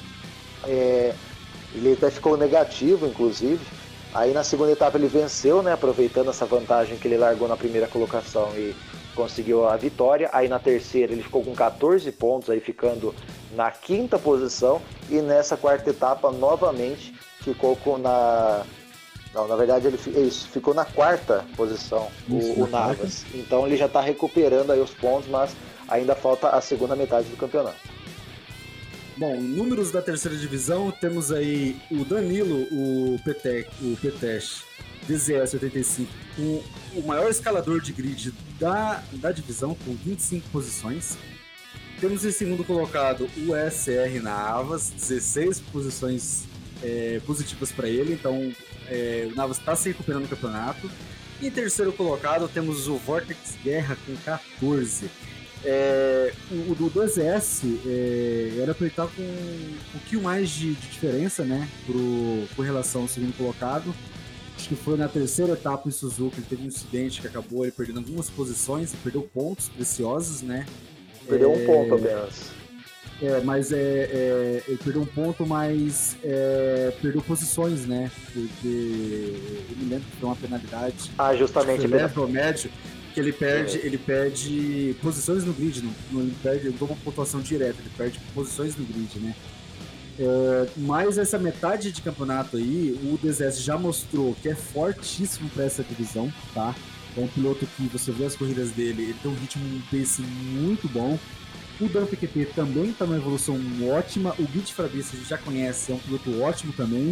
é, ele até ficou negativo, inclusive. Aí na segunda etapa ele venceu, né? Aproveitando essa vantagem que ele largou na primeira colocação e conseguiu a vitória. Aí na terceira ele ficou com quatorze pontos, aí ficando na quinta posição. E nessa quarta etapa novamente ficou com na... Não, na verdade ele isso, ficou na quarta posição, isso, o, o Navas. Então ele já está recuperando aí os pontos, mas ainda falta a segunda metade do campeonato. Bom, números da terceira divisão, temos aí o Danilo, o Petec, o Petesh, D Z S oitenta e cinco, o, o maior escalador de grid da, da divisão, com vinte e cinco posições. Temos em segundo colocado o S R Navas, dezesseis posições é, positivas para ele, então é, o Navas está se recuperando no campeonato. E em terceiro colocado temos o Vortex Guerra com quatorze. É, o, o do Z S é, era para ele estar com um pouquinho mais de, de diferença, né, pro, com relação ao segundo colocado. Acho que foi na terceira etapa em Suzuka, ele teve um incidente que acabou ele perdendo algumas posições e perdeu pontos preciosos, né? Perdeu é, um ponto apenas. É, mas é, é, ele perdeu um ponto, mas é, perdeu posições, né? Porque eu me lembro que foi uma penalidade. Ah, justamente. Ele leva ao médio. Que ele perde, é. ele perde posições no grid, não, não ele perde uma pontuação direta, ele perde posições no grid, né? É, mas essa metade de campeonato aí, o D Z S já mostrou que é fortíssimo para essa divisão, tá? É um piloto que você vê as corridas dele, ele tem um ritmo, um pace muito bom. O Dan P Q P também está numa evolução ótima. O Gui de Fabrice a gente já conhece, é um piloto ótimo também.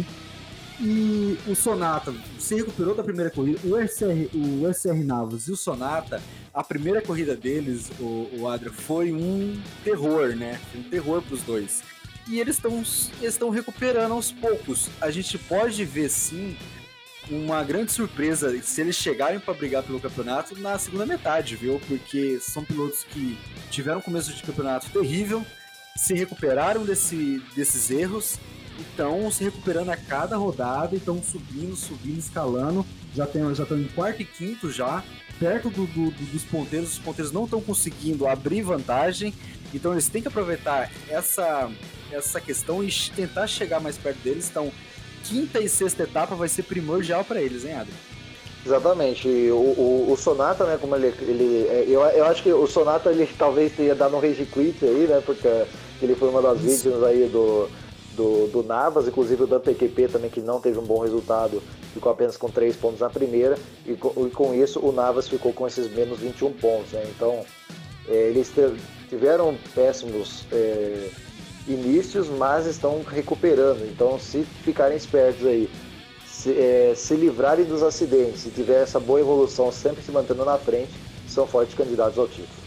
E o Sonata se recuperou da primeira corrida. O S R, o S R Navas e o Sonata, a primeira corrida deles, o, o Adria, foi um terror, né? Foi um terror para os dois. E eles estão eles estão recuperando aos poucos. A gente pode ver, sim, uma grande surpresa se eles chegarem para brigar pelo campeonato na segunda metade, viu? Porque são pilotos que tiveram um começo de campeonato terrível, se recuperaram desse, desses erros, estão se recuperando a cada rodada e estão subindo, subindo, escalando. Já estão já em quarto e quinto já, perto do, do, do, dos ponteiros. Os ponteiros não estão conseguindo abrir vantagem, então eles têm que aproveitar essa, essa questão e tentar chegar mais perto deles. Então, quinta e sexta etapa vai ser primordial para eles, hein, Adriano? Exatamente. O, o, o Sonata, né, como ele... ele eu, eu acho que o Sonata, ele talvez tenha dado um rage quit aí, né, porque ele foi uma das Isso. vítimas aí do... Do, do Navas, inclusive o da P Q P também, que não teve um bom resultado, ficou apenas com três pontos na primeira, e com, e com isso o Navas ficou com esses menos vinte e um pontos, né? Então é, eles tiveram péssimos é, inícios, mas estão recuperando. Então, se ficarem espertos aí, se, é, se livrarem dos acidentes, se tiver essa boa evolução, sempre se mantendo na frente, são fortes candidatos ao título.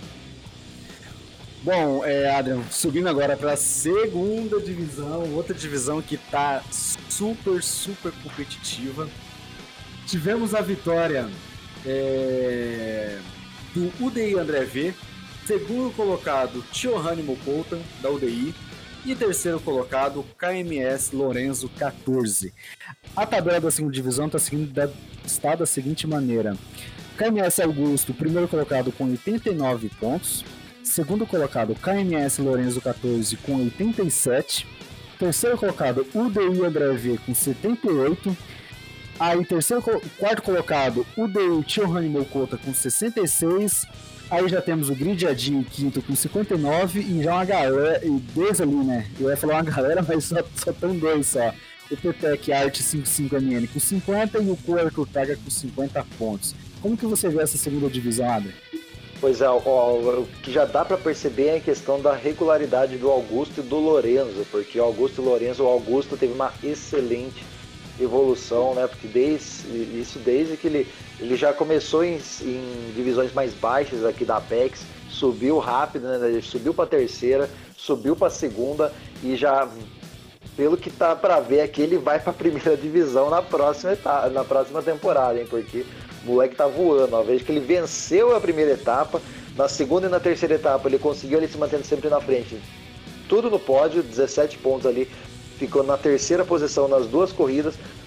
Bom, é, Adrian, subindo agora para a segunda divisão, outra divisão que está super, super competitiva. Tivemos a vitória é, do U D I André V, segundo colocado Tiohane Mokouta, da U D I, e terceiro colocado K M S Lorenzo quatorze. A tabela da segunda divisão está, seguindo da, está da seguinte maneira: K M S Augusto, primeiro colocado com oitenta e nove pontos. Segundo colocado, K M S Lorenzo quatorze com oitenta e sete. Terceiro colocado, U D I André V com setenta e oito. Aí, terceiro, quarto colocado, U D I Tiohane Mokouta com sessenta e seis. Aí já temos o Grid Adi em quinto com cinquenta e nove. E já uma galera, e dois ali, né? Eu ia falar uma galera, mas só estão dois só. O Petec Art cinquenta e cinco M N com cinquenta e o Coarco Taga com cinquenta pontos. Como que você vê essa segunda divisão, Adri? Pois é, ó, o que já dá para perceber é a questão da regularidade do Augusto e do Lorenzo, porque o Augusto e o Lorenzo, o Augusto teve uma excelente evolução, né? Porque desde, isso desde que ele, ele já começou em, em divisões mais baixas aqui da Apex, subiu rápido, né? Ele subiu para a terceira, subiu para a segunda e já, pelo que tá para ver aqui, ele vai para a primeira divisão na próxima etapa, na próxima temporada, hein? Porque o moleque tá voando, ó. Veja que ele venceu a primeira etapa, na segunda e na terceira etapa ele conseguiu ele se mantendo sempre na frente. Tudo no pódio, dezessete pontos ali, ficou na terceira posição nas duas corridas,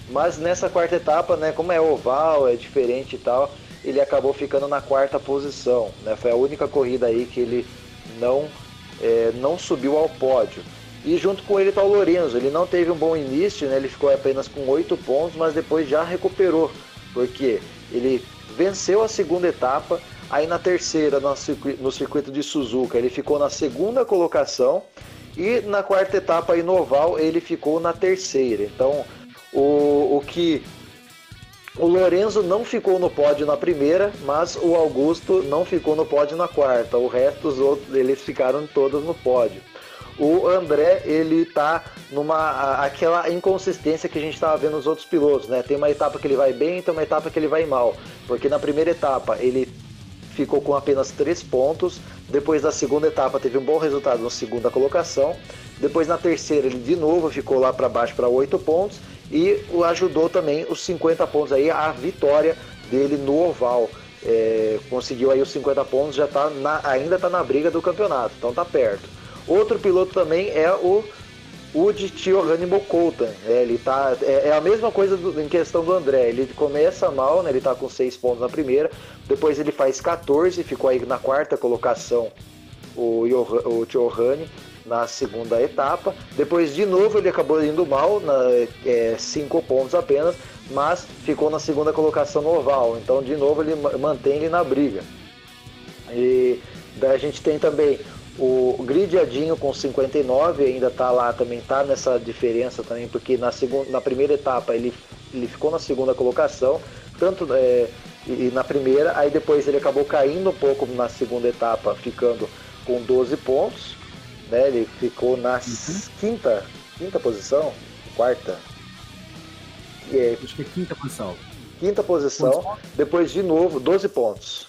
Mas nessa quarta etapa, né, como é oval, é diferente e tal, ele acabou ficando na quarta posição, né? Foi a única corrida aí que ele não, é, não subiu ao pódio. E junto com ele está o Lorenzo, ele não teve um bom início, né? Ele ficou apenas com oito pontos, mas depois já recuperou, porque ele venceu a segunda etapa, aí na terceira, no circuito, no circuito de Suzuka, ele ficou na segunda colocação, e na quarta etapa aí no oval, ele ficou na terceira. Então, o, o que... O Lorenzo não ficou no pódio na primeira, mas o Augusto não ficou no pódio na quarta. O resto, os outros, eles ficaram todos no pódio. O André, ele tá numa aquela inconsistência que a gente estava vendo nos outros pilotos, né? Tem uma etapa que ele vai bem, tem uma etapa que ele vai mal. Porque na primeira etapa ele ficou com apenas três pontos, depois da segunda etapa teve um bom resultado na segunda colocação, depois na terceira ele de novo ficou lá para baixo para oito pontos, e ajudou também os cinquenta pontos aí, a vitória dele no oval. É, conseguiu aí os cinquenta pontos, já tá na, ainda está na briga do campeonato, então tá perto. Outro piloto também é o Uji Tiohane Mokouta. É, ele tá, é, é a mesma coisa do, em questão do André. Ele começa mal, né, ele está com seis pontos na primeira, depois ele faz quatorze, ficou aí na quarta colocação o, o Tiohane na segunda etapa. Depois de novo ele acabou indo mal, é, cinco pontos apenas, mas ficou na segunda colocação no oval. Então de novo ele mantém ele na briga. E daí a gente tem também o Gridiadinho com cinquenta e nove, ainda está lá, também está nessa diferença também, porque na, segunda, na primeira etapa ele, ele ficou na segunda colocação, tanto é, e, e na primeira, aí depois ele acabou caindo um pouco na segunda etapa, ficando com doze pontos, né? Ele ficou na uhum. quinta, quinta posição, quarta, é, acho que é quinta posição. Quinta posição, depois de novo, doze pontos.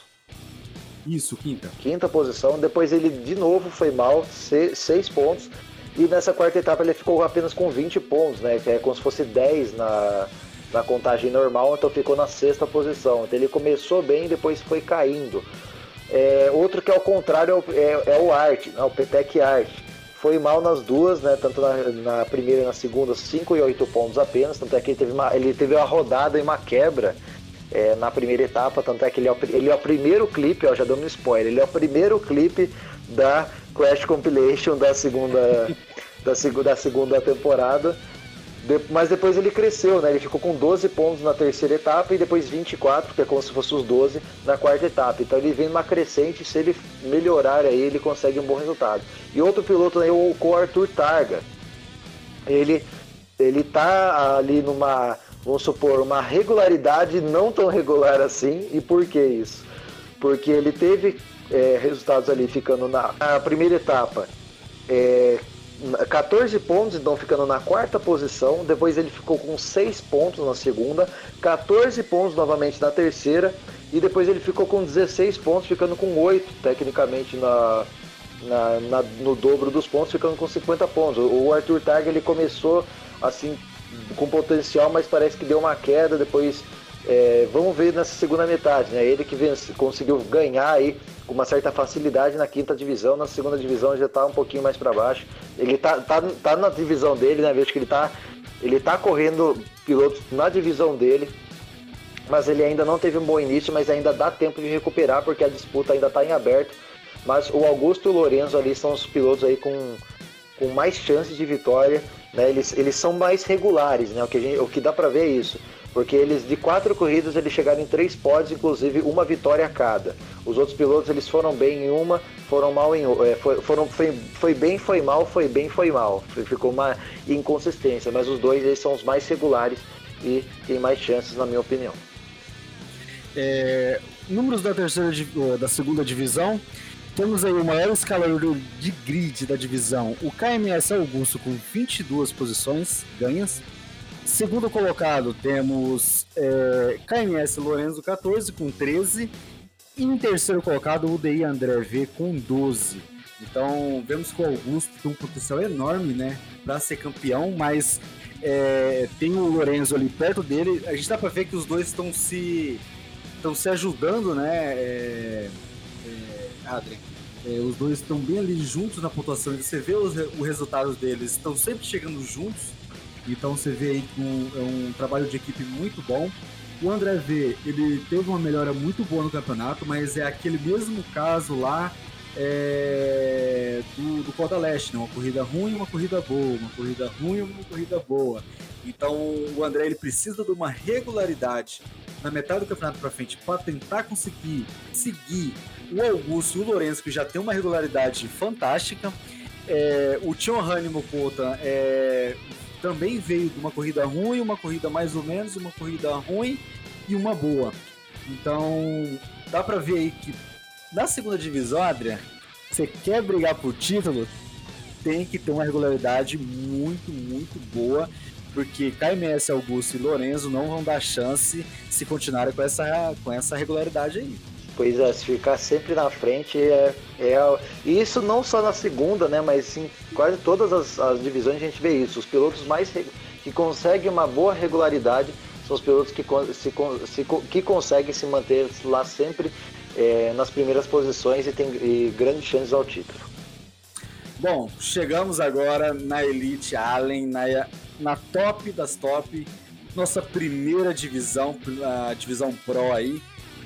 Isso, quinta. Quinta posição, depois ele de novo foi mal, seis pontos, e nessa quarta etapa ele ficou apenas com vinte pontos, né? Que é como se fosse dez na, na contagem normal, então ficou na sexta posição. Então ele começou bem e depois foi caindo. É, outro que é o contrário é, é o Art, né? O Petec Art. Foi mal nas duas, né? Tanto na, na primeira e na segunda, cinco e oito pontos apenas, tanto é que ele teve uma, ele teve uma rodada e uma quebra. É, na primeira etapa, tanto é que ele é o, ele é o primeiro clipe, ó, já dando um spoiler, ele é o primeiro clipe da Crash Compilation da segunda, da, seg, da segunda temporada, de, mas depois ele cresceu, né? Ele ficou com doze pontos na terceira etapa e depois vinte e quatro, que é como se fosse os doze na quarta etapa, então ele vem numa crescente, se ele melhorar aí, ele consegue um bom resultado. E outro piloto aí, o, o Arthur Targa, ele, ele tá ali numa... Vamos supor, uma regularidade não tão regular assim. E por que isso? Porque ele teve é, resultados ali ficando na, na primeira etapa, é, quatorze pontos, então ficando na quarta posição. Depois ele ficou com seis pontos na segunda, quatorze pontos novamente na terceira, e depois ele ficou com dezesseis pontos, ficando com oito tecnicamente na, na, na, no dobro dos pontos, ficando com cinquenta pontos. O Arthur Targa, ele começou assim com potencial, mas parece que deu uma queda. Depois é, vamos ver nessa segunda metade, né? Ele que vence, conseguiu ganhar aí com uma certa facilidade na quinta divisão, na segunda divisão já está um pouquinho mais para baixo. Ele tá, tá, tá na divisão dele, né? Vejo que ele tá, ele tá correndo pilotos na divisão dele, mas ele ainda não teve um bom início, mas ainda dá tempo de recuperar, porque a disputa ainda está em aberto. Mas o Augusto e o Lorenzo ali são os pilotos aí com, com mais chances de vitória, né? Eles, eles são mais regulares, né? O que, a gente, o que dá para ver é isso, porque eles de quatro corridas eles chegaram em três pódios, inclusive uma vitória a cada. Os outros pilotos eles foram bem em uma, foram mal em é, foi, foram foi, foi bem, foi mal, foi bem, foi mal. Ficou uma inconsistência, mas os dois eles são os mais regulares e têm mais chances, na minha opinião. É, números da terceira da segunda divisão. Temos aí o maior escalador de grid da divisão, o K M S Augusto, com vinte e duas posições ganhas. Segundo colocado temos é, K M S Lorenzo quatorze com treze. E em terceiro colocado o U D I André V com doze. Então vemos que o Augusto tem um potencial enorme, né, para ser campeão, mas é, tem o Lorenzo ali perto dele. A gente dá para ver que os dois estão se, estão se ajudando, né, é, Adrien, é, os dois estão bem ali juntos na pontuação, e você vê os, os resultados deles, estão sempre chegando juntos, Então você vê aí que um, é um trabalho de equipe muito bom. O André V, ele teve uma melhora muito boa no campeonato, mas é aquele mesmo caso lá é, do, do Coda Leste, né? Uma corrida ruim, uma corrida boa, uma corrida ruim, uma corrida boa. Então o André ele precisa de uma regularidade na metade do campeonato para frente para tentar conseguir seguir o Augusto e o Lourenço, que já tem uma regularidade fantástica. É, o Tion Hannimo Kota é, também veio de uma corrida ruim, uma corrida mais ou menos, uma corrida ruim e uma boa. Então dá para ver aí que na segunda divisão, Adrian, você quer brigar por título, tem que ter uma regularidade muito, muito boa, porque K M S, Augusto e Lourenço não vão dar chance se continuarem com essa, com essa regularidade aí. Pois é, se ficar sempre na frente é, é... E isso não só na segunda, né? Mas em quase todas as, as divisões a gente vê isso. Os pilotos mais que conseguem uma boa regularidade são os pilotos que, se, se, que conseguem se manter lá sempre é, nas primeiras posições e tem e grandes chances ao título. Bom, chegamos agora na Elite Allen, na, na top das top, nossa primeira divisão, a divisão Pro aí.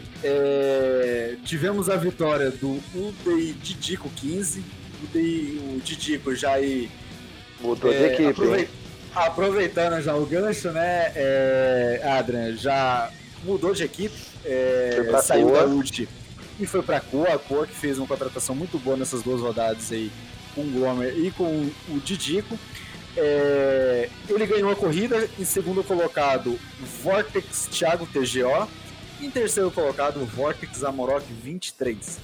É, tivemos a vitória do U D I Didico quinze, o, D I, o Didico já aí mudou é, de equipe, aproveit, aproveitando já o gancho, né, é, Adrian, já mudou de equipe, é, saiu da U D I e foi para a Coa, a Coa que fez uma contratação muito boa nessas duas rodadas aí, com o Glomer e com o Didico. É, ele ganhou a corrida, em segundo colocado Vortex Thiago T G O. Em terceiro colocado, o Vortex Amarok vinte e três.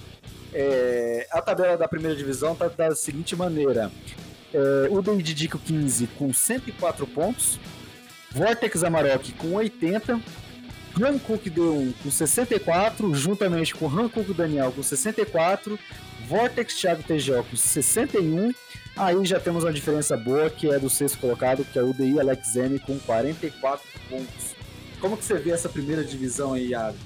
É, a tabela da primeira divisão está da seguinte maneira. É, o D I Didico quinze com cento e quatro pontos. Vortex Amarok com oitenta. Hankook D um com sessenta e quatro. Juntamente com Hankook Daniel com sessenta e quatro. Vortex Thiago T G O com sessenta e um. Aí já temos uma diferença boa, que é do sexto colocado, que é o D I Alex M com quarenta e quatro pontos. Como que você vê essa primeira divisão aí, Yara?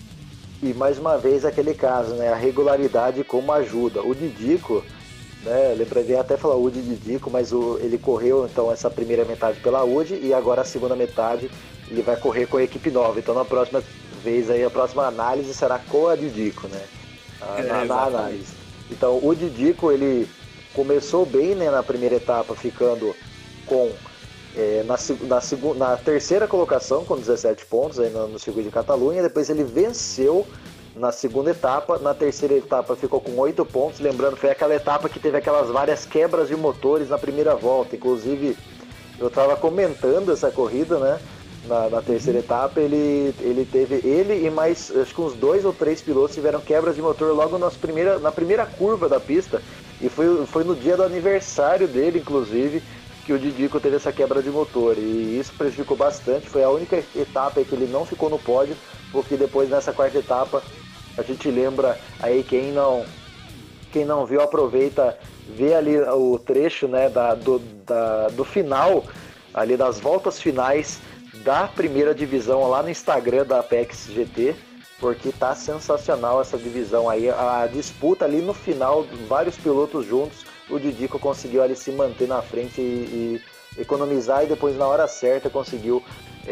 E mais uma vez aquele caso, né? A regularidade como ajuda. O Didico, né? Lembrei até falar U D I Didico, mas o, ele correu então essa primeira metade pela U D I e agora a segunda metade ele vai correr com a equipe nova. Então na próxima vez aí, a próxima análise será com a Didico, né? A, é, na, na análise. Então o Didico ele começou bem, né? Na primeira etapa, ficando com É, na, na, segu, na terceira colocação com dezessete pontos aí no, no circuito de Catalunha. Depois ele venceu na segunda etapa, na terceira etapa ficou com oito pontos, lembrando foi aquela etapa que teve aquelas várias quebras de motores na primeira volta. Inclusive eu estava comentando essa corrida, né, na, na terceira uhum. etapa ele, ele teve, ele e mais acho que uns dois ou três pilotos tiveram quebras de motor logo nas primeira, na primeira curva da pista, e foi, foi no dia do aniversário dele, inclusive, que o Didico teve essa quebra de motor, e isso prejudicou bastante. Foi a única etapa que ele não ficou no pódio, porque depois nessa quarta etapa a gente lembra aí, quem não quem não viu, aproveita, vê ali o trecho, né, da, do, da, do final, ali das voltas finais da primeira divisão lá no Instagram da Apex G T, porque tá sensacional essa divisão aí, a disputa ali no final, vários pilotos juntos. O Didico conseguiu ali se manter na frente e, e economizar, e depois na hora certa conseguiu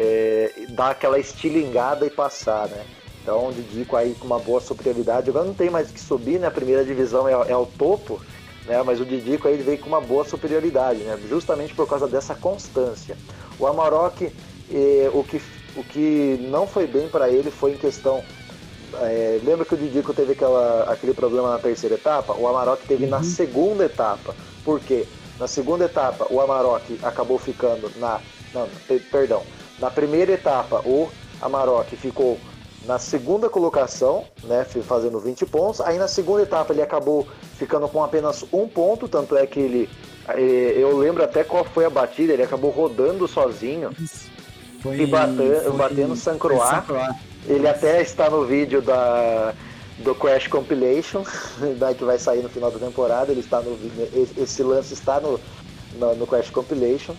é, dar aquela estilingada e passar, né? Então o Didico aí com uma boa superioridade. Agora não tem mais o que subir, né? A primeira divisão é, é o topo, né? Mas o Didico aí veio com uma boa superioridade, né? Justamente por causa dessa constância. O Amarok, eh, o, que, o que não foi bem para ele foi em questão... É, lembra que o Didico teve aquela, aquele problema na terceira etapa? O Amarok teve uhum. na segunda etapa. Por quê? Na segunda etapa, o Amarok acabou ficando na... Não, perdão. Na primeira etapa, o Amarok ficou na segunda colocação, né, fazendo vinte pontos. Aí na segunda etapa ele acabou ficando com apenas um ponto, tanto é que ele... Eu lembro até qual foi a batida, ele acabou rodando sozinho foi, e batendo, foi, batendo San Croix. Ele até está no vídeo da, do Crash Compilation, né, que vai sair no final da temporada. Ele está no, esse lance está no, no, no Crash Compilation.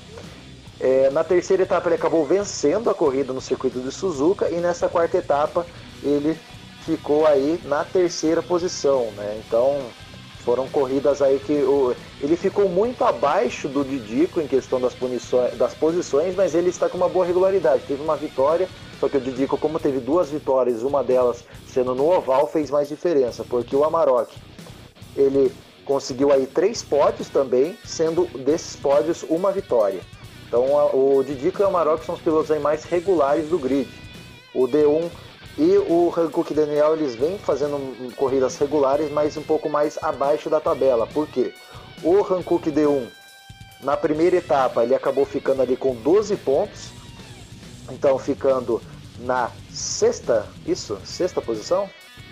É, na terceira etapa ele acabou vencendo a corrida no circuito de Suzuka, e nessa quarta etapa ele ficou aí na terceira posição, né? Então Foram corridas aí que o, ele ficou muito abaixo do Didico em questão das, punições, das posições, mas ele está com uma boa regularidade. Teve uma vitória, só que o Didico, como teve duas vitórias, uma delas sendo no oval, fez mais diferença, porque o Amarok, ele conseguiu aí três pódios também, sendo desses pódios uma vitória. Então a, o Didico e o Amarok são os pilotos aí mais regulares do grid. O D um e o Hankook Daniel, eles vêm fazendo corridas regulares, mas um pouco mais abaixo da tabela. Por quê? O Hankook D um, na primeira etapa, ele acabou ficando ali com doze pontos. Então, ficando na sexta, isso? Sexta posição?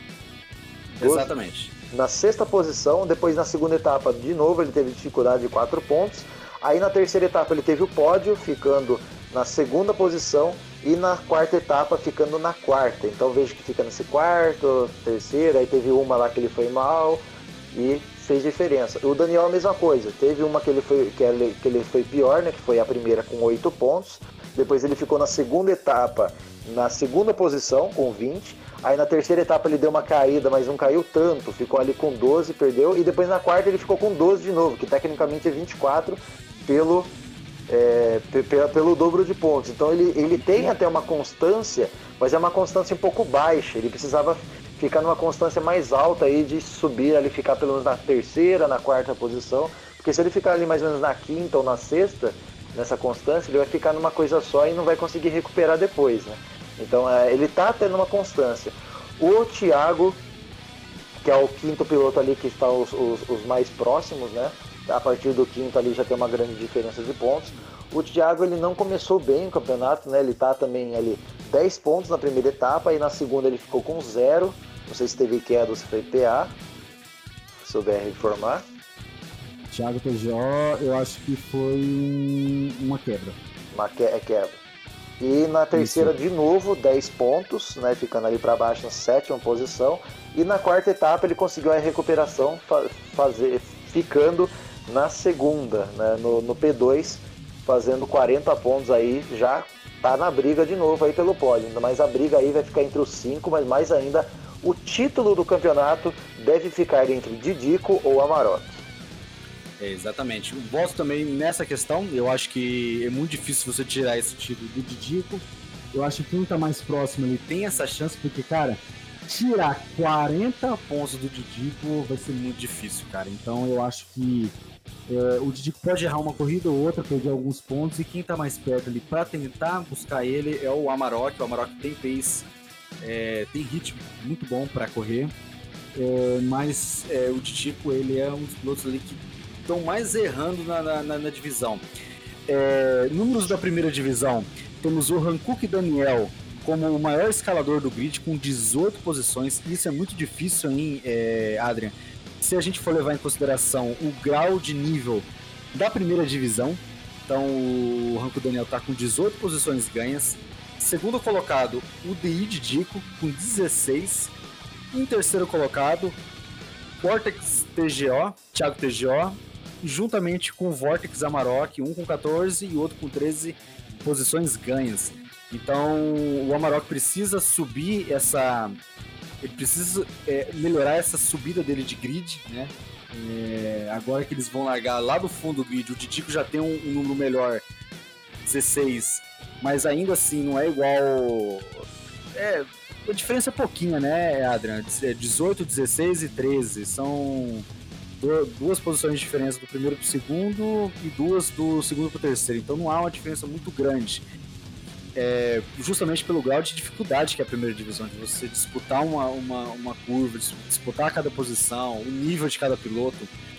doze. Exatamente. Na sexta posição, depois na segunda etapa, de novo, ele teve dificuldade de quatro pontos. Aí na terceira etapa ele teve o pódio, ficando na segunda posição. E na quarta etapa ficando na quarta. Então vejo que fica nesse quarto, terceira, aí teve uma lá que ele foi mal e fez diferença. O Daniel a mesma coisa, teve uma que ele foi, que ele, que ele foi pior, né? Que foi a primeira com oito pontos. Depois ele ficou na segunda etapa, na segunda posição com vinte. Aí na terceira etapa ele deu uma caída, mas não caiu tanto, ficou ali com doze, perdeu. E depois na quarta ele ficou com doze de novo, que tecnicamente é vinte e quatro pelo... É, pelo dobro de pontos. Então ele, ele tem até uma constância, mas é uma constância um pouco baixa. Ele precisava ficar numa constância mais alta aí de subir ali, ficar pelo menos na terceira, na quarta posição, porque se ele ficar ali mais ou menos na quinta ou na sexta, nessa constância, ele vai ficar numa coisa só e não vai conseguir recuperar depois, né? Então é, ele tá tendo uma constância. O Thiago, que é o quinto piloto ali que está os, os, os mais próximos, né? A partir do quinto ali já tem uma grande diferença de pontos. O Thiago, ele não começou bem o campeonato, né? Ele tá também ali dez pontos na primeira etapa e na segunda ele ficou com zero. Não sei se teve queda ou se foi P A. Se souber informar. Thiago T G O, eu acho que foi uma quebra. Uma que é quebra. E na terceira, Isso. de novo, dez pontos, né? Ficando ali para baixo na sétima posição. E na quarta etapa ele conseguiu a recuperação, fa- fazer, ficando na segunda, né, no, no P dois, fazendo quarenta pontos aí, já tá na briga de novo aí pelo pódio. Mas a briga aí vai ficar entre os cinco, mas mais ainda, o título do campeonato deve ficar entre Didico ou Amarok. É, exatamente. Eu gosto também nessa questão, eu acho que é muito difícil você tirar esse título do Didico. Eu acho que quem tá mais próximo ele tem essa chance, porque, cara, tirar quarenta pontos do Didico vai ser muito difícil, cara. Então eu acho que é, o Didico pode errar uma corrida ou outra, perder alguns pontos, e quem tá mais perto ali pra tentar buscar ele é o Amarok. O Amarok tem pace, é, tem ritmo muito bom pra correr, é, mas é, o Didico, ele é um dos pilotos ali que estão mais errando na, na, na divisão. É, números da primeira divisão, temos o Hankook Daniel como o maior escalador do grid, com dezoito posições. Isso é muito difícil, hein, é, Adrian? Se a gente for levar em consideração o grau de nível da primeira divisão, então o Hankook Daniel está com dezoito posições ganhas. Segundo colocado, o D I Didico, com dezesseis. Em terceiro colocado, Vortex T G O, Thiago T G O, juntamente com o Vortex Amarok, um com quatorze e outro com treze posições ganhas. Então o Amarok precisa subir essa... Ele precisa é, melhorar essa subida dele de grid, né? É, agora que eles vão largar lá do fundo do grid, o Didico já tem um, um número melhor, dezesseis, mas ainda assim não é igual... É, a diferença é pouquinha, né, Adrian? dezoito, dezesseis e treze, são duas posições de diferença do primeiro para o segundo e duas do segundo para o terceiro, então não há uma diferença muito grande. É, justamente pelo grau de dificuldade que é a primeira divisão, de você disputar uma, uma, uma curva, disputar cada posição, o nível de cada piloto.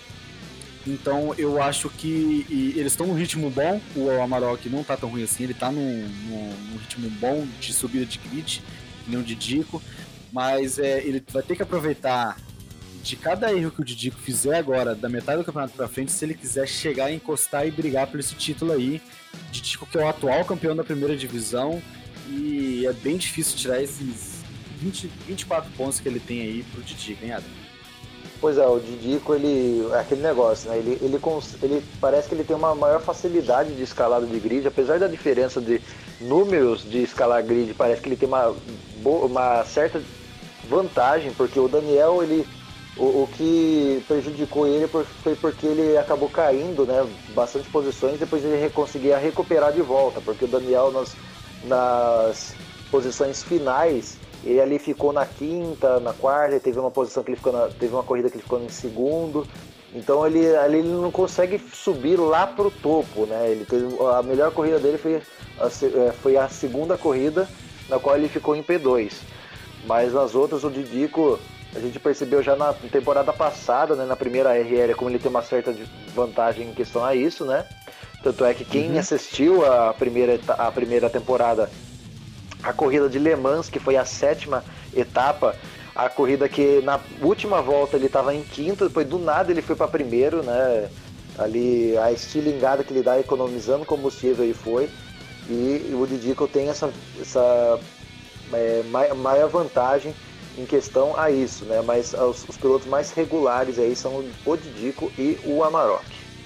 Então eu acho que eles estão num ritmo bom, o Amarok não está tão ruim assim, ele está num, num, num ritmo bom de subida de grid, nem o Didico, mas é, ele vai ter que aproveitar de cada erro que o Didico fizer agora, da metade do campeonato pra frente, se ele quiser chegar, encostar e brigar por esse título aí. Didico, que é o atual campeão da primeira divisão, e é bem difícil tirar esses vinte, vinte e quatro pontos que ele tem aí pro Didico, hein, Adam? Pois é, o Didico, ele é aquele negócio, né? Ele, ele, ele parece que ele tem uma maior facilidade de escalada de grid, apesar da diferença de números de escalar grid, parece que ele tem uma, uma certa vantagem, porque o Daniel, ele O, o que prejudicou ele foi porque ele acabou caindo, né, bastante posições, depois ele conseguia recuperar de volta, porque o Daniel nas, nas posições finais, ele ali ficou na quinta, na quarta, teve uma posição que ele ficou na, teve uma corrida que ele ficou em segundo, então ele, ali ele não consegue subir lá pro topo, né, ele teve, a melhor corrida dele foi a, foi a segunda corrida, na qual ele ficou em P dois, mas nas outras o Didico, a gente percebeu já na temporada passada, né, na primeira R L, como ele tem uma certa vantagem em questão a isso, né? Tanto é que quem uhum. assistiu a primeira, a primeira temporada, a corrida de Le Mans, que foi a sétima etapa, a corrida que na última volta ele estava em quinto, depois do nada ele foi para primeiro, né? Ali a estilingada que ele dá economizando combustível e foi. E o Didico tem essa, essa é, maior vantagem em questão a isso, né? Mas os, os pilotos mais regulares aí são o Didico e o Amarok.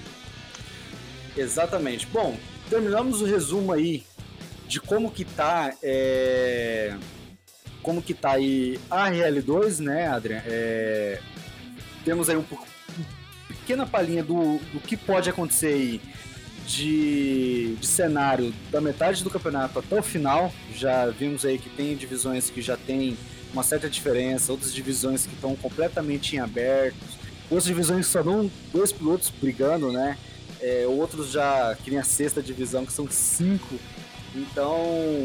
Exatamente. Bom, terminamos o resumo aí de como que tá é... como que tá aí a R L dois, né, Adrian? É... Temos aí um pouco uma pequena palhinha do, do que pode acontecer aí de, de cenário da metade do campeonato até o final. Já vimos aí que tem divisões que já tem uma certa diferença, outras divisões que estão completamente em aberto, outras divisões que só dão dois pilotos brigando, né? É, outros já, que nem a sexta divisão, que são cinco. Então,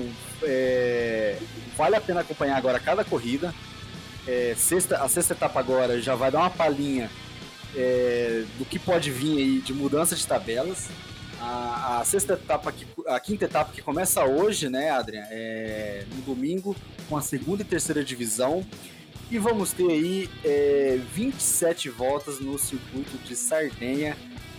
é, vale a pena acompanhar agora cada corrida. É, sexta, a sexta etapa agora já vai dar uma palhinha é, do que pode vir aí de mudança de tabelas. A, a sexta etapa, que, a quinta etapa que começa hoje, né, Adrian? É, no domingo, com a segunda e terceira divisão. E vamos ter aí é, vinte e sete voltas no circuito de Sardenha,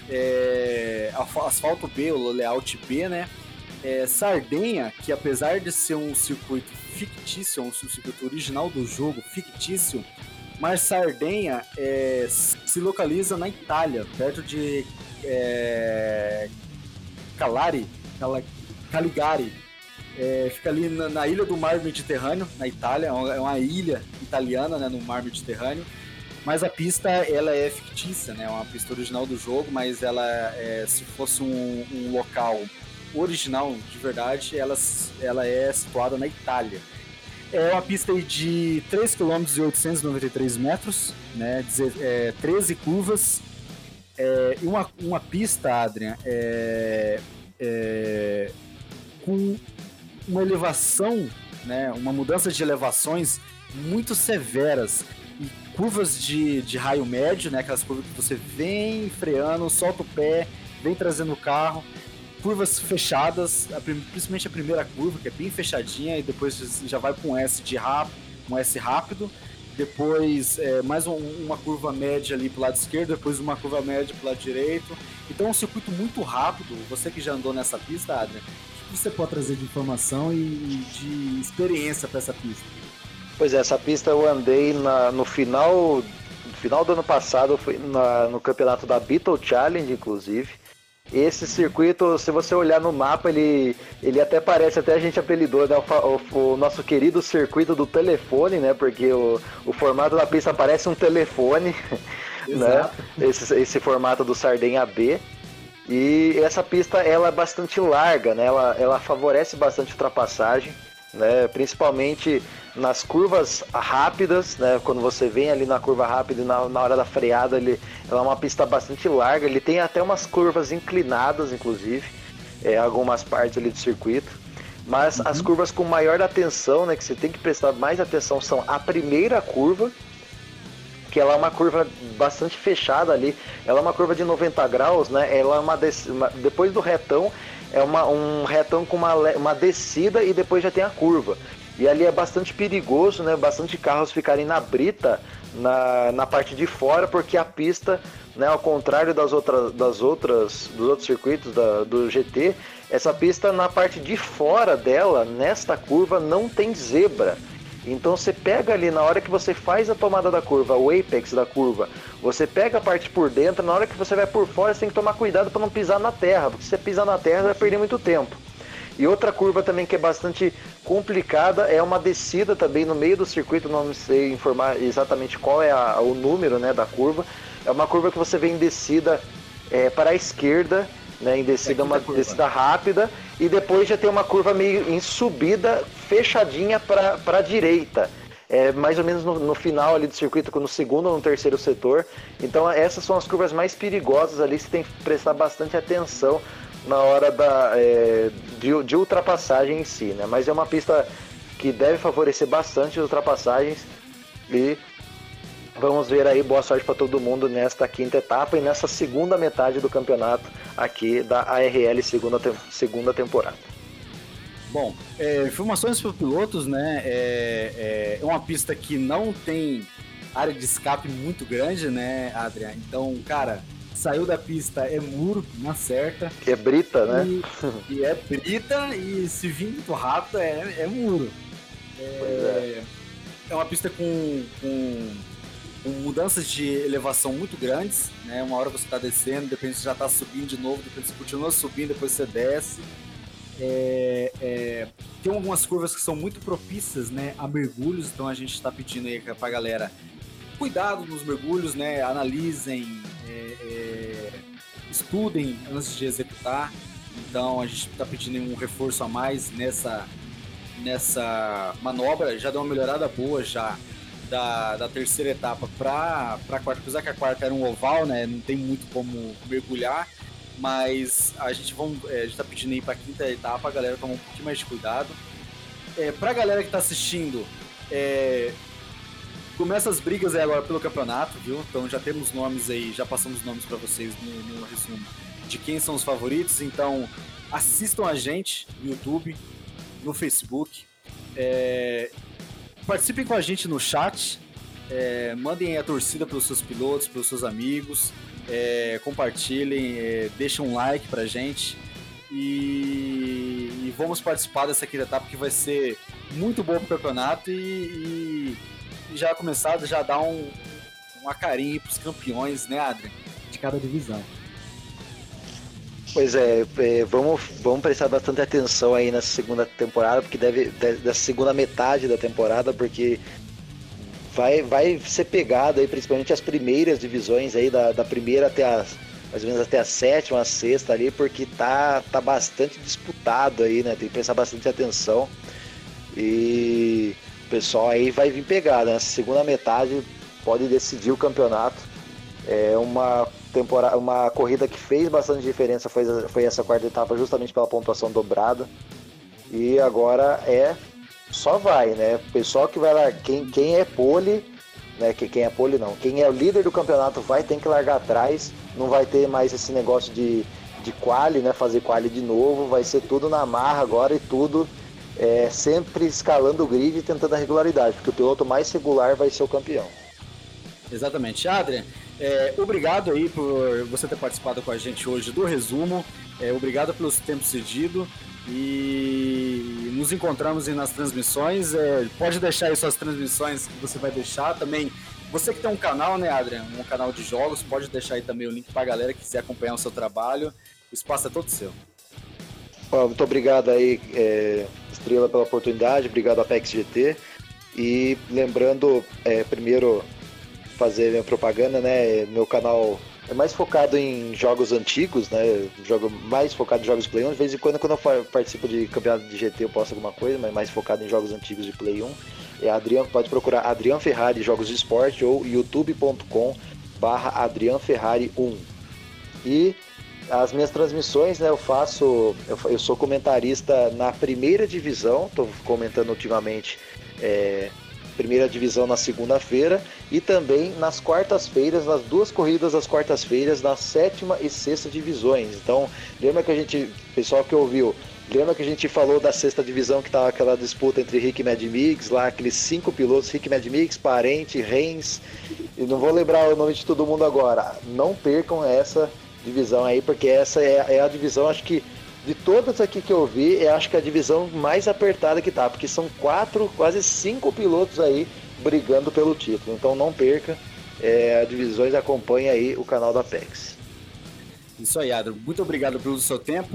é, asfalto B, o layout B, né? É, Sardenha, que apesar de ser um circuito fictício, um circuito original do jogo, fictício, mas Sardenha é, se localiza na Itália, perto de é, Calari, Caligari, é, fica ali na, na ilha do Mar Mediterrâneo, na Itália, é uma, é uma ilha italiana, né, no Mar Mediterrâneo, mas a pista ela é fictícia, né, é uma pista original do jogo, mas ela é, se fosse um, um local original de verdade, ela, ela é situada na Itália. É uma pista de três quilômetros e oitocentos e noventa e três metros, né, é, treze curvas, é, e uma, uma pista, Adrian, é, é, com uma elevação, né, uma mudança de elevações muito severas, e curvas de, de raio médio, né, aquelas curvas que você vem freando, solta o pé, vem trazendo o carro, curvas fechadas, principalmente a primeira curva, que é bem fechadinha, e depois já vai com um S de rápido, um S rápido, depois é, mais um, uma curva média ali pro lado esquerdo, depois uma curva média pro lado direito. Então é um circuito muito rápido. Você que já andou nessa pista, Adrian, o que você pode trazer de informação e de experiência para essa pista? Pois é, essa pista eu andei na, no final, no final do ano passado, fui na, no campeonato da Beetle Challenge, inclusive. Esse circuito, se você olhar no mapa, ele, ele até parece, até a gente apelidou, né, o, o, o nosso querido circuito do telefone, né? Porque o, o formato da pista parece um telefone, né? Esse, esse formato do Sardenha B. E essa pista, ela é bastante larga, né? Ela, ela favorece bastante ultrapassagem, né? Principalmente nas curvas rápidas, né? Quando você vem ali na curva rápida e na, na hora da freada, ele, ela é uma pista bastante larga, ele tem até umas curvas inclinadas, inclusive, é, algumas partes ali do circuito, mas uhum. As curvas com maior atenção, né, que você tem que prestar mais atenção, são a primeira curva, que ela é uma curva bastante fechada ali, ela é uma curva de noventa graus, né? Ela é uma, des... uma... depois do retão, é uma, um retão com uma, uma descida e depois já tem a curva. E ali é bastante perigoso, né? Bastante carros ficarem na brita, na, na parte de fora, porque a pista, né, ao contrário das outras, das outras, dos outros circuitos da, do G T, essa pista na parte de fora dela, nesta curva, não tem zebra. Então você pega ali, na hora que você faz a tomada da curva, o apex da curva, você pega a parte por dentro, na hora que você vai por fora, você tem que tomar cuidado para não pisar na terra, porque se você pisar na terra, você vai perder muito tempo. E outra curva também que é bastante complicada é uma descida também no meio do circuito, não sei informar exatamente qual é a, o número, né, da curva. É uma curva que você vê em descida é, para a esquerda, né, em descida, é uma curva. descida rápida, e depois já tem uma curva meio em subida fechadinha para a direita. É, mais ou menos no, no final ali do circuito, no segundo ou no terceiro setor. Então essas são as curvas mais perigosas ali, você tem que prestar bastante atenção na hora da, é, de, de ultrapassagem em si, né? Mas é uma pista que deve favorecer bastante as ultrapassagens e vamos ver aí, boa sorte para todo mundo nesta quinta etapa e nessa segunda metade do campeonato aqui da A R L segunda, segunda temporada. Bom, é, informações para pilotos, né? É, é uma pista que não tem área de escape muito grande, né, Adrian? Então, cara, saiu da pista é muro na certa. É brita, né? E, e é brita e se vir muito rápido é, é muro. É, é. é uma pista com, com, com mudanças de elevação muito grandes, né? Uma hora você está descendo, depois você já está subindo de novo, depois você continua subindo, depois você desce. É, é, tem algumas curvas que são muito propícias, né, a mergulhos, então a gente está pedindo aí para a galera cuidado nos mergulhos, né, analisem, é, é, estudem antes de executar. Então a gente está pedindo um reforço a mais nessa, nessa manobra. Já deu uma melhorada boa já da, da terceira etapa para a quarta, apesar que a quarta era um oval, né, não tem muito como mergulhar. Mas a gente vamos, é, a gente tá pedindo aí pra quinta etapa a galera tomar um pouquinho mais de cuidado. É, pra galera que tá assistindo, é, começa as brigas aí agora pelo campeonato, viu? Então já temos nomes aí, já passamos os nomes pra vocês no, no resumo de quem são os favoritos. Então assistam a gente no YouTube, no Facebook, é, participem com a gente no chat, é, mandem a torcida pelos seus pilotos, pelos seus amigos. É, compartilhem, é, deixem um like pra gente e, e vamos participar dessa quinta etapa que vai ser muito boa pro campeonato e, e, e já começado, já dá um, uma carinha pros campeões, né, Adrian? De cada divisão. Pois é, é vamos, vamos prestar bastante atenção aí nessa segunda temporada, porque deve, da segunda metade da temporada, porque Vai, vai ser pegado aí, principalmente as primeiras divisões aí, da, da primeira até a, mais ou menos até a sétima, a sexta ali, porque tá, tá bastante disputado aí, né? Tem que prestar bastante atenção. E o pessoal aí vai vir pegado, né? Essa segunda metade pode decidir o campeonato. É uma temporada, uma corrida que fez bastante diferença, foi, foi essa quarta etapa, justamente pela pontuação dobrada. E agora é... só vai, né? O pessoal que vai lá, quem, quem é pole, né? Que, quem é pole não, quem é o líder do campeonato vai ter que largar atrás, não vai ter mais esse negócio de, de quali, né? Fazer quali de novo, vai ser tudo na marra agora e tudo é, sempre escalando o grid e tentando a regularidade, porque o piloto mais regular vai ser o campeão. Exatamente. Adrian, é, obrigado aí por você ter participado com a gente hoje do resumo, é, obrigado pelo tempo cedido. E nos encontramos nas transmissões. É, pode deixar aí suas transmissões que você vai deixar também. Você que tem um canal, né, Adrian? Um canal de jogos, pode deixar aí também o link pra galera que quiser acompanhar o seu trabalho. O espaço é todo seu. Muito obrigado aí, é, Estrela, pela oportunidade. Obrigado, Apex G T. E lembrando, é, primeiro, fazer minha propaganda, né? Meu canal é mais focado em jogos antigos, né? Jogo mais focado em jogos de Play um. De vez em quando, quando eu participo de campeonato de G T, eu posto alguma coisa, mas mais focado em jogos antigos de Play um. É Adrian, pode procurar Adrian Ferrari Jogos de Esporte ou youtube ponto com barra Adrian Ferrari um. E as minhas transmissões, né? Eu faço, eu, eu sou comentarista na primeira divisão, estou comentando ultimamente. É, primeira divisão na segunda-feira e também nas quartas-feiras, nas duas corridas das quartas-feiras, nas sétima e sexta divisões. Então, lembra que a gente, pessoal que ouviu, lembra que a gente falou da sexta divisão que estava aquela disputa entre Rick e Mad Mix, lá aqueles cinco pilotos, Rick, Mad Mix, Parente, Reins, e não vou lembrar o nome de todo mundo agora. Não percam essa divisão aí, porque essa é, é a divisão, acho que de todas aqui que eu vi, eu acho que é a divisão mais apertada que tá, porque são quatro, quase cinco pilotos aí brigando pelo título. Então não perca, é, a divisões acompanha aí o canal da Apex. Isso aí, Adrian. Muito obrigado pelo seu tempo.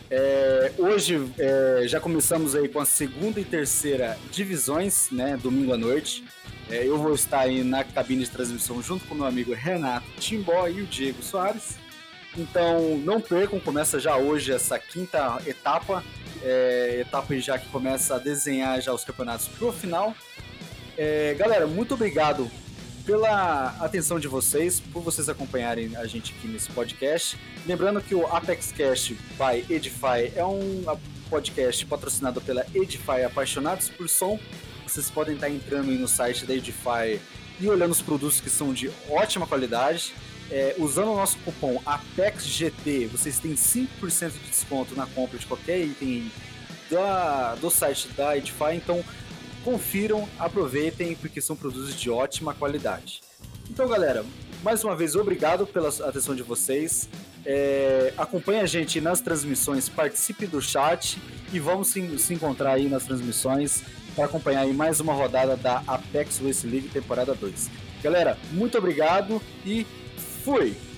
É, hoje é, já começamos aí com a segunda e terceira divisões, né, domingo à noite. É, eu vou estar aí na cabine de transmissão junto com o meu amigo Renato Timbó e o Diego Soares. Então não percam, começa já hoje essa quinta etapa, é, etapa já que começa a desenhar já os campeonatos pro final. É, galera, muito obrigado pela atenção de vocês, por vocês acompanharem a gente aqui nesse podcast. Lembrando que o Apex Cast by Edify é um podcast patrocinado pela Edify Apaixonados por Som. Vocês podem estar entrando aí no site da Edify e olhando os produtos que são de ótima qualidade. É, usando o nosso cupom APEXGT, vocês têm cinco por cento de desconto na compra de qualquer item da, do site da Edify. Então, confiram, aproveitem, porque são produtos de ótima qualidade. Então, galera, mais uma vez, obrigado pela atenção de vocês. É, acompanhe a gente nas transmissões, participe do chat e vamos se, se encontrar aí nas transmissões para acompanhar aí mais uma rodada da Apex Race League temporada dois. Galera, muito obrigado e fui!